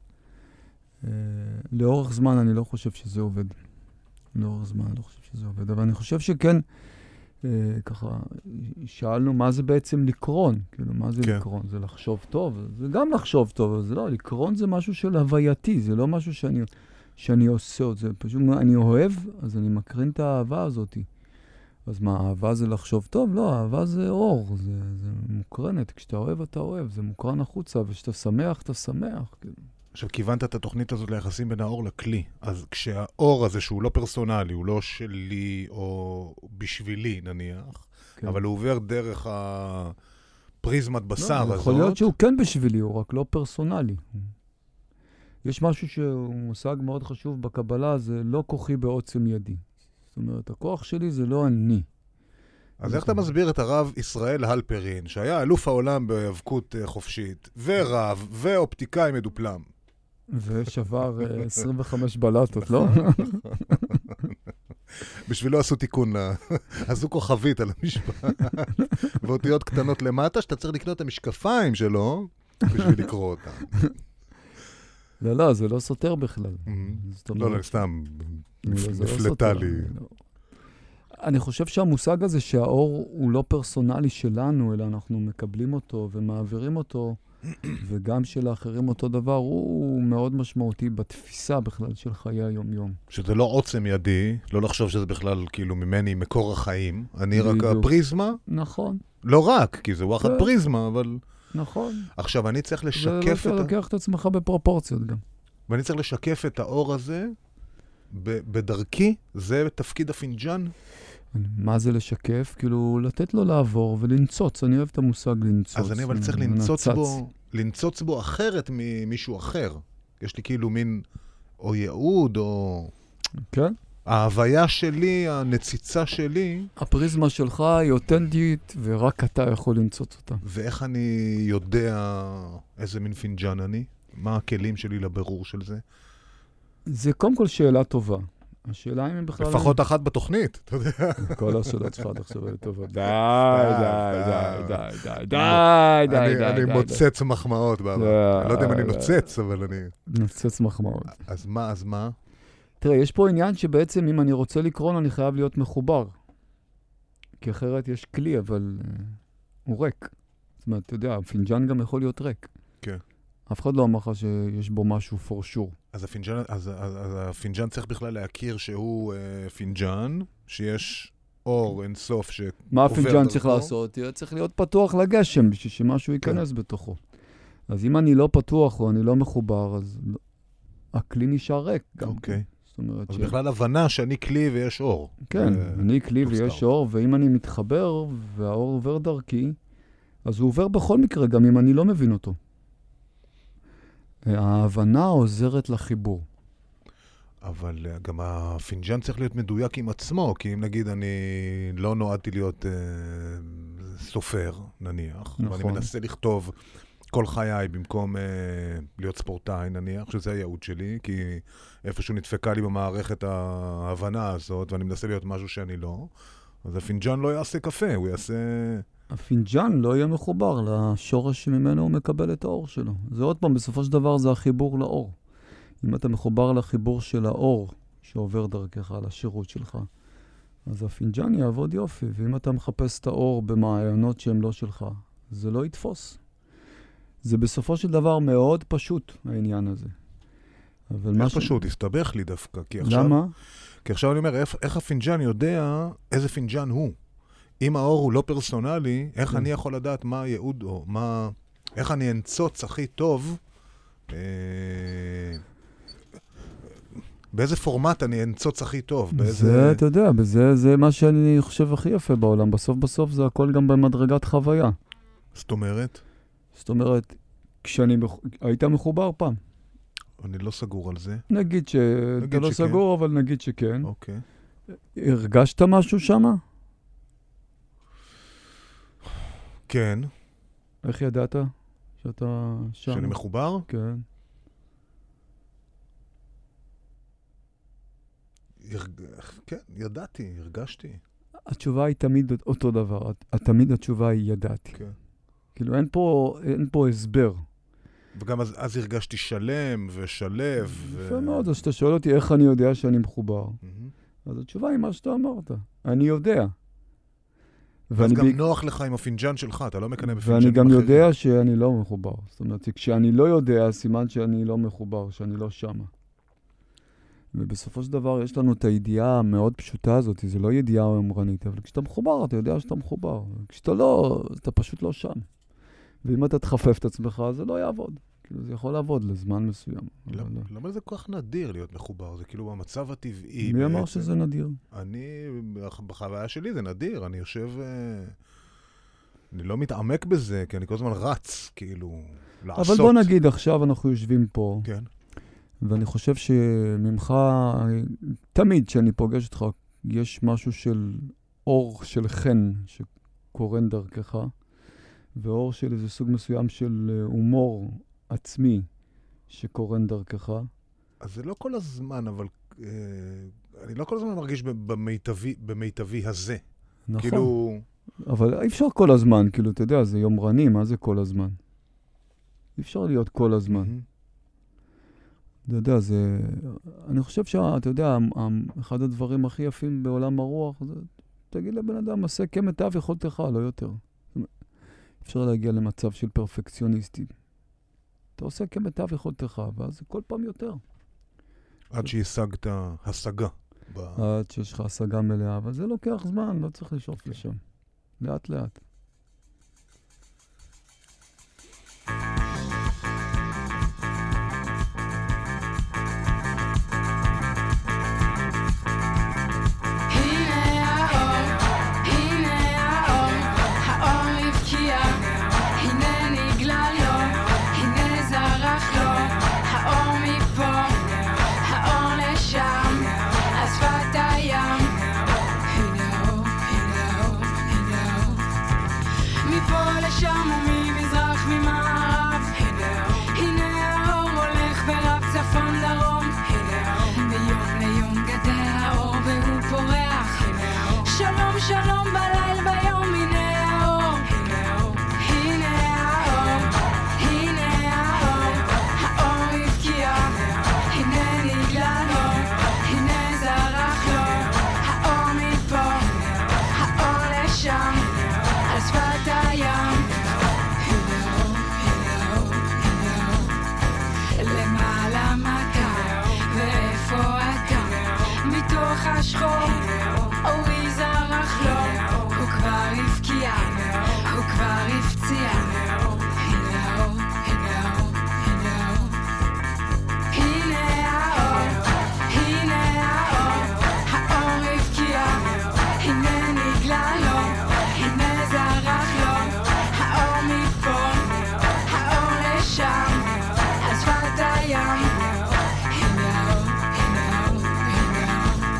C: לאורך זמן אני לא חושב שזה עובד. לאורך זמן אני לא חושב שזה עובד. אבל אני חושב שכן, ככה, שאלנו מה זה בעצם לקרון. כאילו, מה זה לקרון? זה לחשוב טוב. זה גם לחשוב טוב, אבל זה לא. לקרון זה משהו של הווייתי. זה לא משהו שאני עושה את זה. פשוט אני אוהב, אז אני מקרין את האהבה הזאת. אז מה, אהבה זה לחשוב טוב? לא, אהבה זה אור. זה מוקרנת. כשאתה אוהב, אתה אוהב. זה מוקרן החוצה, וכשאתה שמח, אתה שמח. כאילו.
B: עכשיו, כיוונת את התוכנית הזאת ליחסים בין האור לכלי. אז כשהאור הזה, שהוא לא פרסונלי, הוא לא שלי או בשבילי, נניח, כן. אבל הוא עובר דרך הפריזמת בשר הזאת.
C: יכול להיות שהוא כן בשבילי, הוא רק לא פרסונלי. יש משהו שהוא מושג מאוד חשוב בקבלה, זה לא כוחי בעוצם ידי. זאת אומרת, הכוח שלי זה לא אני.
B: אז איך אתה מסביר את הרב ישראל הלפרין, שהיה אלוף העולם בהיאבקות חופשית, ורב, ואופטיקאי מדופלם?
C: ושבר 25 בלטות, לא?
B: בשבילו עשו תיקון, עשו כוכבית על המשפט, ואותיות קטנות למטה, שאתה צריך לקנות את המשקפיים שלו, בשביל לקרוא אותם.
C: לא, זה לא סותר בכלל.
B: לא, סתם, נפלטה לי.
C: אני חושב שהמושג הזה שהאור הוא לא פרסונלי שלנו, אלא אנחנו מקבלים אותו ומעבירים אותו, וגם של האחרים אותו דבר, הוא מאוד משמעותי בתפיסה בכלל של חיי היום-יום.
B: שזה לא עוצם ידי, לא לחשוב שזה בכלל כאילו ממני מקור החיים. אני רק
C: בדיוק.
B: הפריזמה,
C: נכון,
B: לא רק, כי זה וואחד
C: כן.
B: פריזמה, אבל...
C: נכון.
B: עכשיו, אני צריך לשקף
C: ואתה לוקח את עצמך בפרופורציות גם.
B: ואני צריך לשקף את האור הזה בדרכי, זה תפקיד הפינג'אן.
C: מה זה לשקף? כאילו, לתת לו לעבור ולנצוץ. אני אוהב את המושג לנצוץ.
B: אז אני אבל צריך לנצוץ בו אחרת ממישהו אחר. יש לי כאילו מין או ייעוד או...
C: כן?
B: ההוויה שלי, הנציצה שלי,
C: הפריזמה שלך היא אותנטית, ורק אתה יכול לנצוץ אותה.
B: ואיך אני יודע איזה מין פינג'אן אני? מה הכלים שלי לבירור של זה?
C: זה קודם כל שאלה טובה. השאלה אם הם בכלל...
B: לפחות אחת בתוכנית, אתה יודע.
C: כל השאלות שלך תחשוב על טובה. די.
B: אני מוצץ מחמאות בעבר. אני לא יודע אם אני נוצץ, אבל אני...
C: נוצץ מחמאות.
B: אז מה?
C: תראה, יש פה עניין שבעצם אם אני רוצה לקרוא, אני חייב להיות מחובר. כי אחרת יש כלי, אבל הוא ריק. זאת אומרת, אתה יודע, הפינג'אן גם יכול להיות ריק.
B: כן.
C: אף אחד לא אמר לך שיש בו משהו for sure.
B: אז הפינג'אן צריך בכלל להכיר שהוא פינג'אן, שיש אור אינסוף שעובר דרכו.
C: מה הפינג'אן צריך לעשות? צריך להיות פתוח לגשם בשביל שמשהו ייכנס בתוכו. אז אם אני לא פתוח או אני לא מחובר, אז הכלי נשאר ריק גם.
B: אוקיי.
C: זאת אומרת
B: אז בכלל הבנה שאני כלי ויש אור.
C: כן, אני כלי ויש אור, ואם אני מתחבר והאור עובר דרכי, אז הוא עובר בכל מקרה, גם אם אני לא מבין אותו. ההבנה עוזרת לחיבור.
B: אבל גם הפינג'אן צריך להיות מדויק עם עצמו, כי אם נגיד אני לא נועדתי להיות סופר, נניח,
C: נכון.
B: ואני מנסה לכתוב כל חיי במקום להיות ספורטאי, נניח, שזה הייעוד שלי, כי איפשהו נדפקה לי במערכת ההבנה הזאת, ואני מנסה להיות משהו שאני לא, אז הפינג'אן לא יעשה קפה, הוא יעשה...
C: הפינג'אן לא יהיה מחובר לשורש שממנו הוא מקבל את האור שלו. זה עוד פעם, בסופו של דבר זה החיבור לאור. אם אתה מחובר לחיבור של האור שעובר דרכך, לשירות שלך, אז הפינג'אן יעבוד יופי. ואם אתה מחפש את האור במעיינות שהם לא שלך, זה לא יתפוס. זה בסופו של דבר מאוד פשוט, העניין הזה.
B: אבל פשוט, הסתבך לי דווקא.
C: למה?
B: כי עכשיו אני אומר, איך הפינג'אן יודע איזה פינג'אן הוא? אם האור הוא לא פרסונלי, איך אני יכול לדעת מה הייעוד או איך אני אנצוץ הכי טוב, באיזה פורמט אני אנצוץ הכי טוב?
C: זה, אתה יודע, זה מה שאני חושב הכי יפה בעולם. בסוף זה הכל גם במדרגת חוויה.
B: זאת אומרת?
C: זאת אומרת, היית מחובר פעם.
B: אני לא סגור על זה.
C: נגיד שאתה לא סגור, אבל נגיד שכן.
B: אוקיי.
C: הרגשת משהו שמה?
B: כן.
C: איך ידעת שאתה שם?
B: שאני מחובר?
C: כן.
B: כן, ידעתי, הרגשתי.
C: התשובה היא תמיד אותו דבר. תמיד התשובה היא ידעתי.
B: כן.
C: כאילו אין פה הסבר.
B: וגם אז הרגשתי שלם ושלב.
C: יפה מאוד, אז שאתה שואל אותי איך אני יודע שאני מחובר. אז התשובה היא מה שאתה אמרת. אני יודע.
B: ואז גם נוח לך עם הפינג'אן שלך, אתה לא מקנה בפינג'אנים
C: ואני גם
B: אחרים.
C: יודע שאני לא מחובר. זאת אומרת, כשאני לא יודע, סימן שאני לא מחובר, שאני לא שמה. ובסופו של דבר יש לנו את הידיעה המאוד פשוטה הזאת, זה לא ידיעה אומרנית, אבל כשאתה מחובר, אתה יודע שאתה מחובר. כשאתה לא, אתה פשוט לא שם. ואם אתה תחפף את עצמך, זה לא יעבוד. כאילו, זה יכול לעבוד לזמן מסוים.
B: למה זה כל כך נדיר להיות מחובר? זה כאילו במצב הטבעי.
C: מי אמר שזה נדיר?
B: בחוויה שלי זה נדיר. אני יושב... אני לא מתעמק בזה, כי אני כל הזמן רץ, כאילו, לעשות.
C: אבל בוא נגיד, עכשיו אנחנו יושבים פה.
B: כן.
C: ואני חושב שממך, תמיד כשאני פוגש אותך, יש משהו של אור של חן שקורן דרכך, ואור של איזה סוג מסוים של הומור עצמי שקורן דרכך.
B: אז זה לא כל הזמן, אבל אני לא כל הזמן מרגיש במיטבי הזה.
C: נכון.
B: כאילו...
C: אבל אי אפשר כל הזמן, כאילו, אתה יודע, זה יומרני, מה זה כל הזמן? אי אפשר להיות כל הזמן. אתה יודע, זה... אני חושב שאתה יודע, אחד הדברים הכי יפים בעולם הרוח, זה, תגיד לבן אדם, עשה כמיטב יכולתך, לא יותר. אפשר להגיע למצב של פרפקציוניסטים. אתה עושה כמיטב יכולתך, ואז זה כל פעם יותר.
B: עד שהשגת השגה.
C: עד שיש לך השגה מלאה, אבל זה לוקח זמן, לא צריך לשאוף לשם. לאט לאט.
G: שלום בליל ביום, הנה האור, הנה האור, הנה האור, האור הבקיע, הנה נגלה לו, הנה זרח לו, האור מפה, האור לשם, על שפת הים, הנה האור, הנה האור, הנה האור, למעלה מכה, ואיפה אתה, מתוך השחור, אורי זרח לו, הוא כבר הבקיע, הוא כבר הפציע, הנה האור, הנה האור, הנה האור, הנה האור, הנה האור, האור הבקיע, הנה נגלה לו, הנה זרח לו, האור מפה, האור לשם, על שפת הים, הנה האור, הנה האור, הנה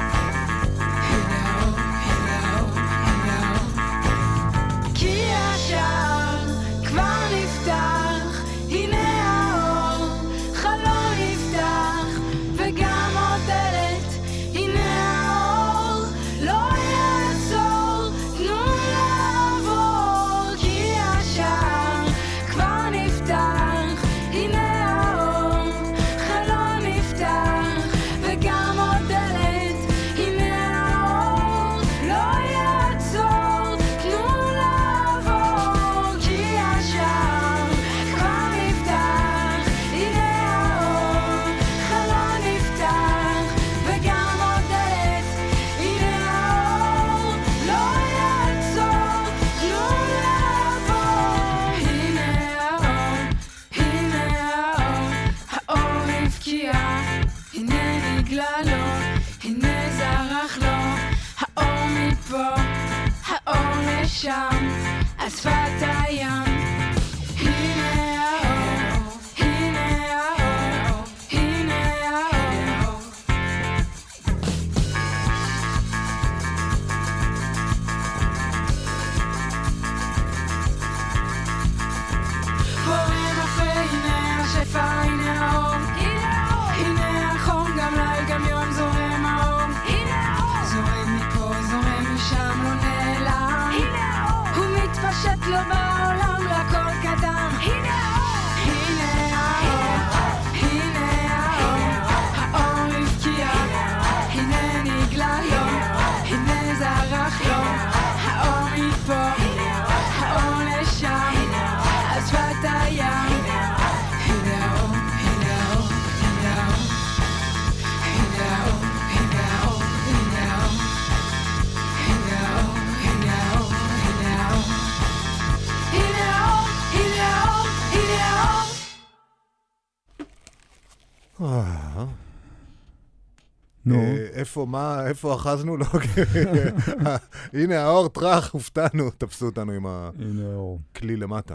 G: האור, כי השער כבר נפתח, הנה האור, חלון נפתח, וגם עוד דלת, הנה האור, לא יעצור, תנו לעבור, כי השער כבר נפתח, הנה האור, חלון נפתח, וגם עוד דלת, הנה האור, לא יעצור, תנו לעבור, כי השער כבר נפתח, הנה האור, חלון נפתח, וגם עוד דלת, הנה האור, לא יעצור, תנו לעבור, הנה האור, הנה האור, האור הבקיע, הנה נגלה לו, הנה זרח לו, האור מפה, האור לשם, על שפת הים, הנה האור, הנה האור, הנה האור, בורא נופל, הנה השפע, הנה האור, הנה החום, גם ליל גם יום זורם האור, זורם מפה, זורם משם, לא נעלם, הוא מתפשט לו בעולם, לכל קדם, הנה האור, הנה האור, האור הבקיע, הנה נגלה לו, הנה זרח לו, האור מפה, האור לשם, על שפת הים, הנה האור, הנה האור, הנה האור, הנה האור, הנה האור, הנה האור, הנה האור, הנה האור, הנה האור, הנה האור, הנה האור, הנה האור.
C: נו,
B: איפה אחזנו? לא, הנה האור, טרח, הופתענו, תפסו אותנו עם
C: הנה האור.
B: הכלי למטה.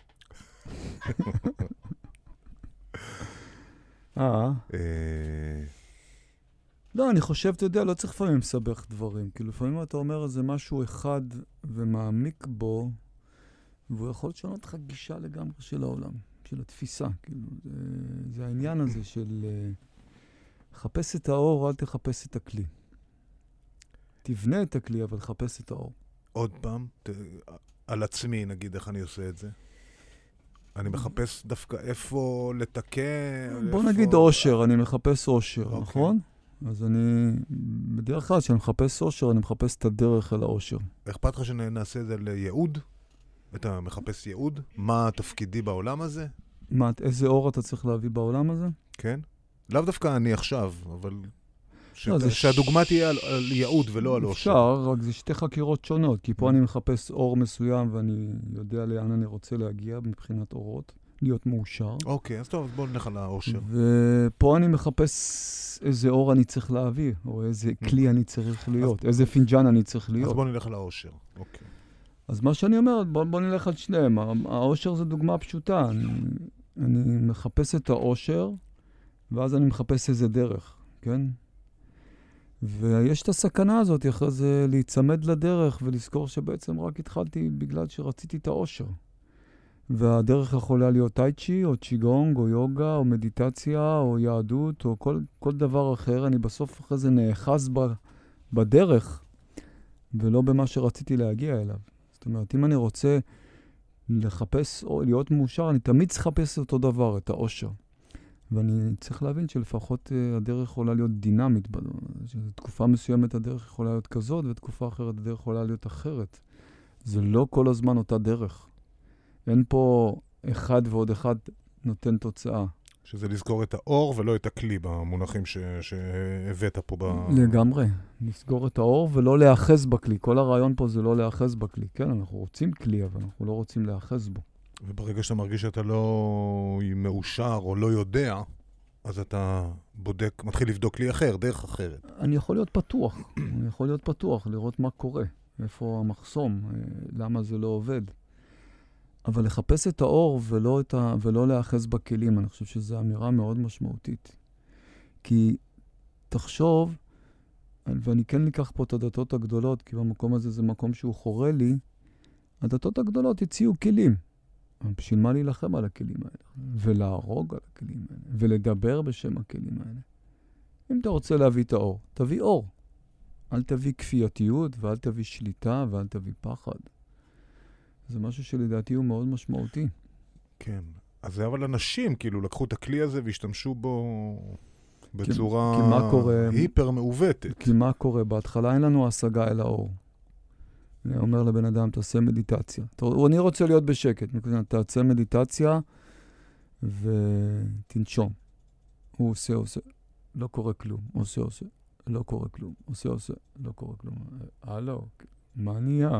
C: לא, אני חושב, אתה יודע, לא צריך לפעמים לסבך דברים. כאילו, לפעמים אתה אומר איזה משהו אחד ומעמיק בו, והוא יכול לשנות לך גישה לגמרי של העולם, של התפיסה. כאילו, זה העניין הזה של חפש את האור, אל תחפש את הכלי. תבנה את הכלי, אבל חפש את האור.
B: עוד פעם, על עצמי, נגיד, איך אני עושה את זה? אני מחפש דווקא איפה לתקן.
C: בוא נגיד אושר, אני מחפש אושר,
B: אוקיי.
C: נכון? אז אני, בדרך כלל, כשאני מחפש אושר, אני מחפש את הדרך אל האושר.
B: אכפת לך שנעשה את זה לייעוד? אתה מחפש ייעוד? מה תפקידי בעולם הזה?
C: מה, איזה אור אתה צריך להביא בעולם הזה?
B: כן? לאו דווקא אני עכשיו, אבל
C: לא, זה
B: שהדוגמה תהיה על ייעוד ולא על אושר.
C: אפשר, רק זה שתי חקירות שונות, כי פה אני מחפש אור מסוים ואני יודע לאן אני רוצה להגיע מבחינת אורות, להיות מאושר.
B: אוקיי, אז טוב, בואו נלך על האושר.
C: ופה אני מחפש איזה אור אני צריך להביא, או איזה כלי אני צריך להיות, איזה פינג'אן אני צריך להיות.
B: אז בואו נלך על האושר. אוקיי.
C: אז מה שאני אומר, בוא נלך על שניהם. האושר זה דוגמה פשוטה. אני מחפש את האושר, ואז אני מחפש איזה דרך, כן? ויש את הסכנה הזאת, אחרי זה להיצמד לדרך ולזכור שבעצם רק התחלתי בגלל שרציתי את האושר. והדרך יכולה להיות טייצ'י, או צ'יגונג, או יוגה, או מדיטציה, או יהדות, או כל דבר אחר. אני בסוף אחרי זה נאחז בדרך, ולא במה שרציתי להגיע אליו. זאת אומרת, אם אני רוצה לחפש או להיות מאושר, אני תמיד צריך לחפש אותו דבר, את האושר. ואני צריך להבין שלפחות הדרך יכולה להיות דינמית. תקופה מסוימת הדרך יכולה להיות כזאת, ותקופה אחרת הדרך יכולה להיות אחרת. זה לא כל הזמן אותה דרך. אין פה אחד ועוד אחד נותן תוצאה.
B: שזה לזכור את האור ולא את הכלי במונחים שהבאת פה
C: לגמרי. לסגור את האור ולא להאחז בכלי. כל הרעיון פה זה לא להאחז בכלי. כן, אנחנו רוצים כלי, אבל אנחנו לא רוצים להאחז בו.
B: וברגע שאתה מרגיש שאתה לא מאושר או לא יודע, אז אתה בודק, מתחיל לבדוק כלי אחר, דרך אחרת.
C: אני יכול להיות פתוח. אני יכול להיות פתוח, לראות מה קורה. איפה המחסום, למה זה לא עובד. אבל לחפש את האור ולא להאחז בכלים, אני חושב שזו אמירה מאוד משמעותית. כי תחשוב, ואני כן אקח פה את הדתות הגדולות, כי במקום הזה זה מקום שהוא חורה לי, הדתות הגדולות הציעו כלים. אבל בשביל מה להילחם על הכלים האלה? ולהרוג על הכלים האלה? ולדבר בשם הכלים האלה? אם אתה רוצה להביא את האור, תביא אור. אל תביא כפייתיות, ואל תביא שליטה, ואל תביא פחד. זה משהו שלדעתי הוא מאוד משמעותי.
B: כן. אז זה אבל אנשים, כאילו, לקחו את הכלי הזה והשתמשו בו בצורה היפר מעוותת.
C: כי מה קורה? בהתחלה אין לנו השגה אל האור. אני אומר לבן אדם, תעשה מדיטציה. אני רוצה להיות בשקט. תעשה מדיטציה ותנשום. הוא עושה. לא קורה כלום. עושה. לא קורה כלום. עושה. לא קורה כלום. הלו, מה נהיה?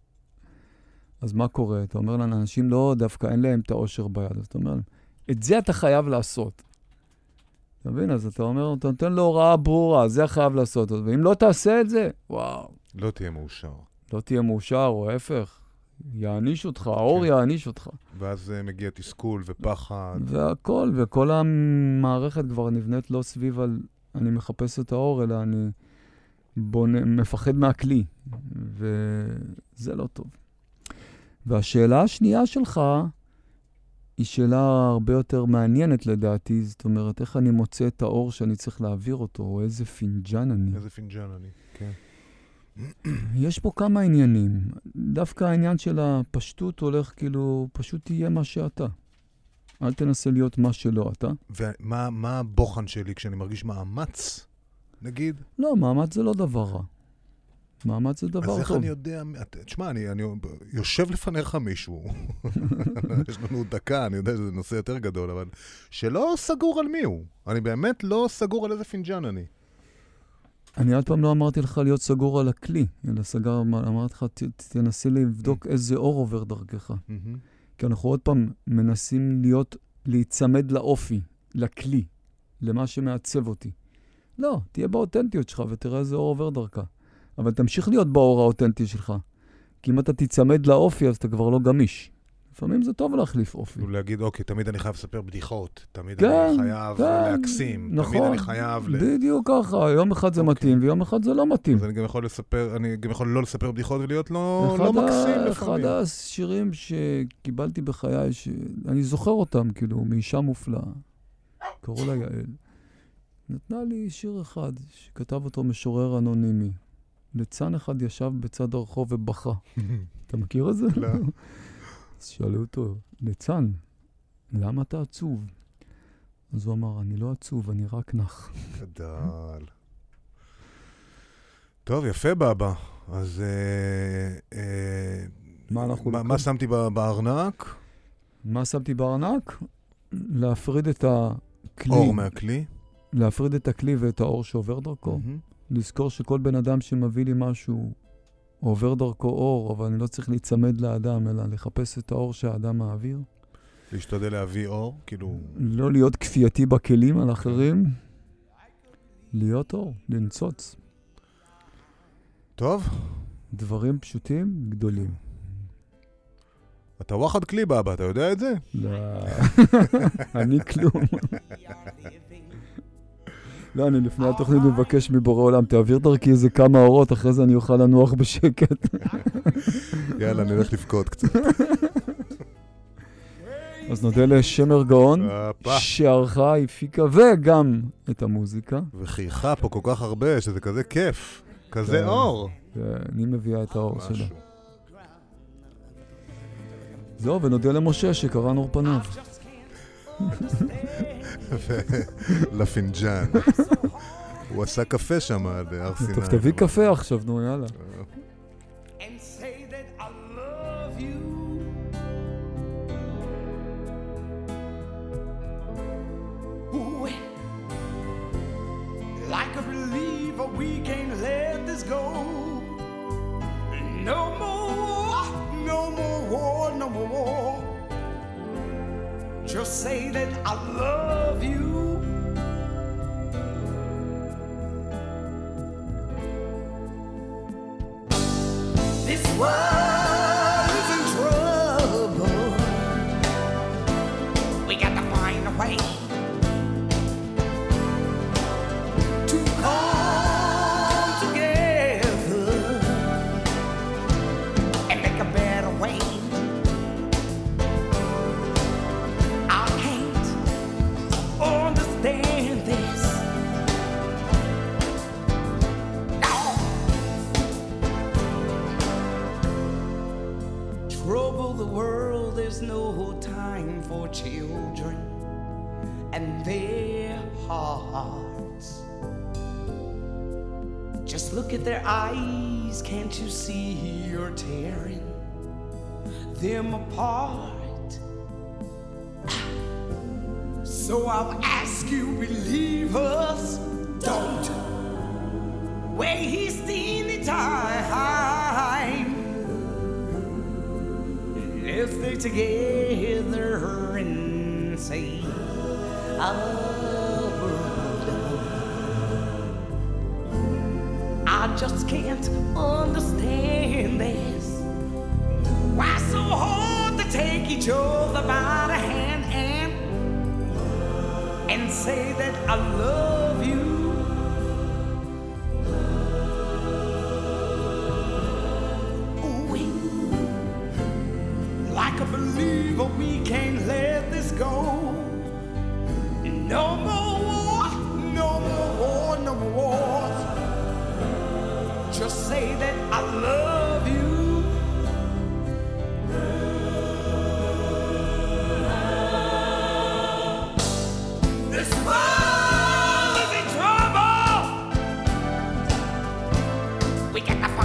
C: אז מה קורה? אתה אומר לאנשים, לא, דווקא אין להם את האושר ביד. אז אתה אומר להם, את זה אתה חייב לעשות. אתה מבין? אז אתה אומר, אתה נותן לו הוראה ברורה, זה חייב לעשות. ואם לא תעשה את זה, וואו.
B: לא תהיה מאושר.
C: לא תהיה מאושר, או ההפך. יעניש אותך, האור יעניש אותך.
B: ואז מגיע תסכול ופחד.
C: והכל, וכל המערכת כבר נבנית לא סביב על אני מחפש את האור, אלא אני מפחד מהכלי. וזה לא טוב. והשאלה השנייה שלך היא שאלה הרבה יותר מעניינת לדעתי, זאת אומרת, איך אני מוצא את האור שאני צריך להעביר אותו, או איזה פינג'אן אני.
B: איזה פינג'אן אני, כן.
C: יש פה כמה עניינים. דווקא העניין של הפשטות הולך כאילו, פשוט תהיה מה שאתה. אל תנסה להיות מה שלא אתה.
B: ומה הבוחן שלי כשאני מרגיש מאמץ, נגיד?
C: לא, מאמץ זה לא דבר רע. מאמץ זה דבר טוב.
B: אז איך אני יודע, תשמע, אני יושב לפניך מישהו, יש לנו דקה, אני יודע שזה נושא יותר גדול, אבל שלא סגור על מי הוא. אני באמת לא סגור על איזה פינג'אן אני.
C: אני עד פעם לא אמרתי לך להיות סגור על הכלי, אלא אמרתי לך, תנסי לבדוק איזה אור עובר דרכך. כי אנחנו עוד פעם מנסים להיצמד לאופי, לכלי, למה שמעצב אותי. לא, תהיה באותנטיות שלך ותראה איזה אור עובר דרכה. אבל תמשיך להיות באור האותנטי שלך. כי אם אתה תיצמד לאופי, אז אתה כבר לא גמיש. לפעמים זה טוב להחליף אופי.
B: להגיד, אוקיי, תמיד אני חייב לספר בדיחות, תמיד אני חייב להקסים, תמיד אני חייב
C: בדיוק ככה, יום אחד זה מתאים ויום אחד זה לא מתאים.
B: אז אני גם יכול לא לספר בדיחות ולהיות לא מקסים לפעמים.
C: אחד השירים שקיבלתי בחיי, אני זוכר אותם, כאילו, מאישה מופלאה, קראו לה יעל. נתנה לי שיר אחד, שכתב אותו משורר אנונימי. ליצן אחד ישב בצד הרחוב ובכה. אתה מכיר את זה?
B: לא.
C: אז שאלו אותו, ליצן, למה אתה עצוב? אז הוא אמר, אני לא עצוב, אני רק נח.
B: גדל. טוב, יפה בבא. אז
C: מה
B: שמתי בארנק?
C: מה שמתי בארנק? להפריד את הכלי.
B: אור מהכלי.
C: להפריד את הכלי ואת האור שעובר דרכו. לזכור שכל בן אדם שמביא לי משהו, עובר דרכו אור, אבל אני לא צריך להיצמד לאדם, אלא לחפש את האור שהאדם מעביר.
B: להשתדל להביא אור, כאילו...
C: לא להיות כפייתי בכלים על אחרים, להיות אור, לנצוץ.
B: טוב.
C: דברים פשוטים, גדולים.
B: אתה וואחד כלי באבא, אתה יודע את זה?
C: לא, אני כלום. לא, אני לפני התוכנית מבקש מבורא עולם, תעביר דרכי איזה כמה אורות, אחרי זה אני אוכל לנוח בשקט.
B: יאללה, נלך לבכות קצת.
C: אז נודה לשמר גאון, שערכה, הפיקה, וגם את המוזיקה.
B: וחייכה פה כל כך הרבה, שזה כזה כיף. כזה אור.
C: אני מביאה את האור שלה. זהו, ונודה למשה שקרא נור פניו.
B: ולפינג'אן. הוא עשה קפה שם בהר סיני.
C: טוב, תביא קפה עכשיו, נו, יאללה.
H: Like a believer, we can't let this go. No more, no more war, no more war. Just say that I love you. This world is in trouble. We got to find a way to come together and make a better way. I can't understand this. No. Trouble the world, there's no time for children and their hearts. Just look at their eyes, can't you see you're tearing them apart? So I'll ask you, believers, don't waste any time. Let's stay together and say, I just can't understand this. Why so hard to take each other by the hand and say that I love you? Ooh, like a believer, we can't let this go. No more war, no more war, no more wars. Just say that I love you. This world is in trouble. We got to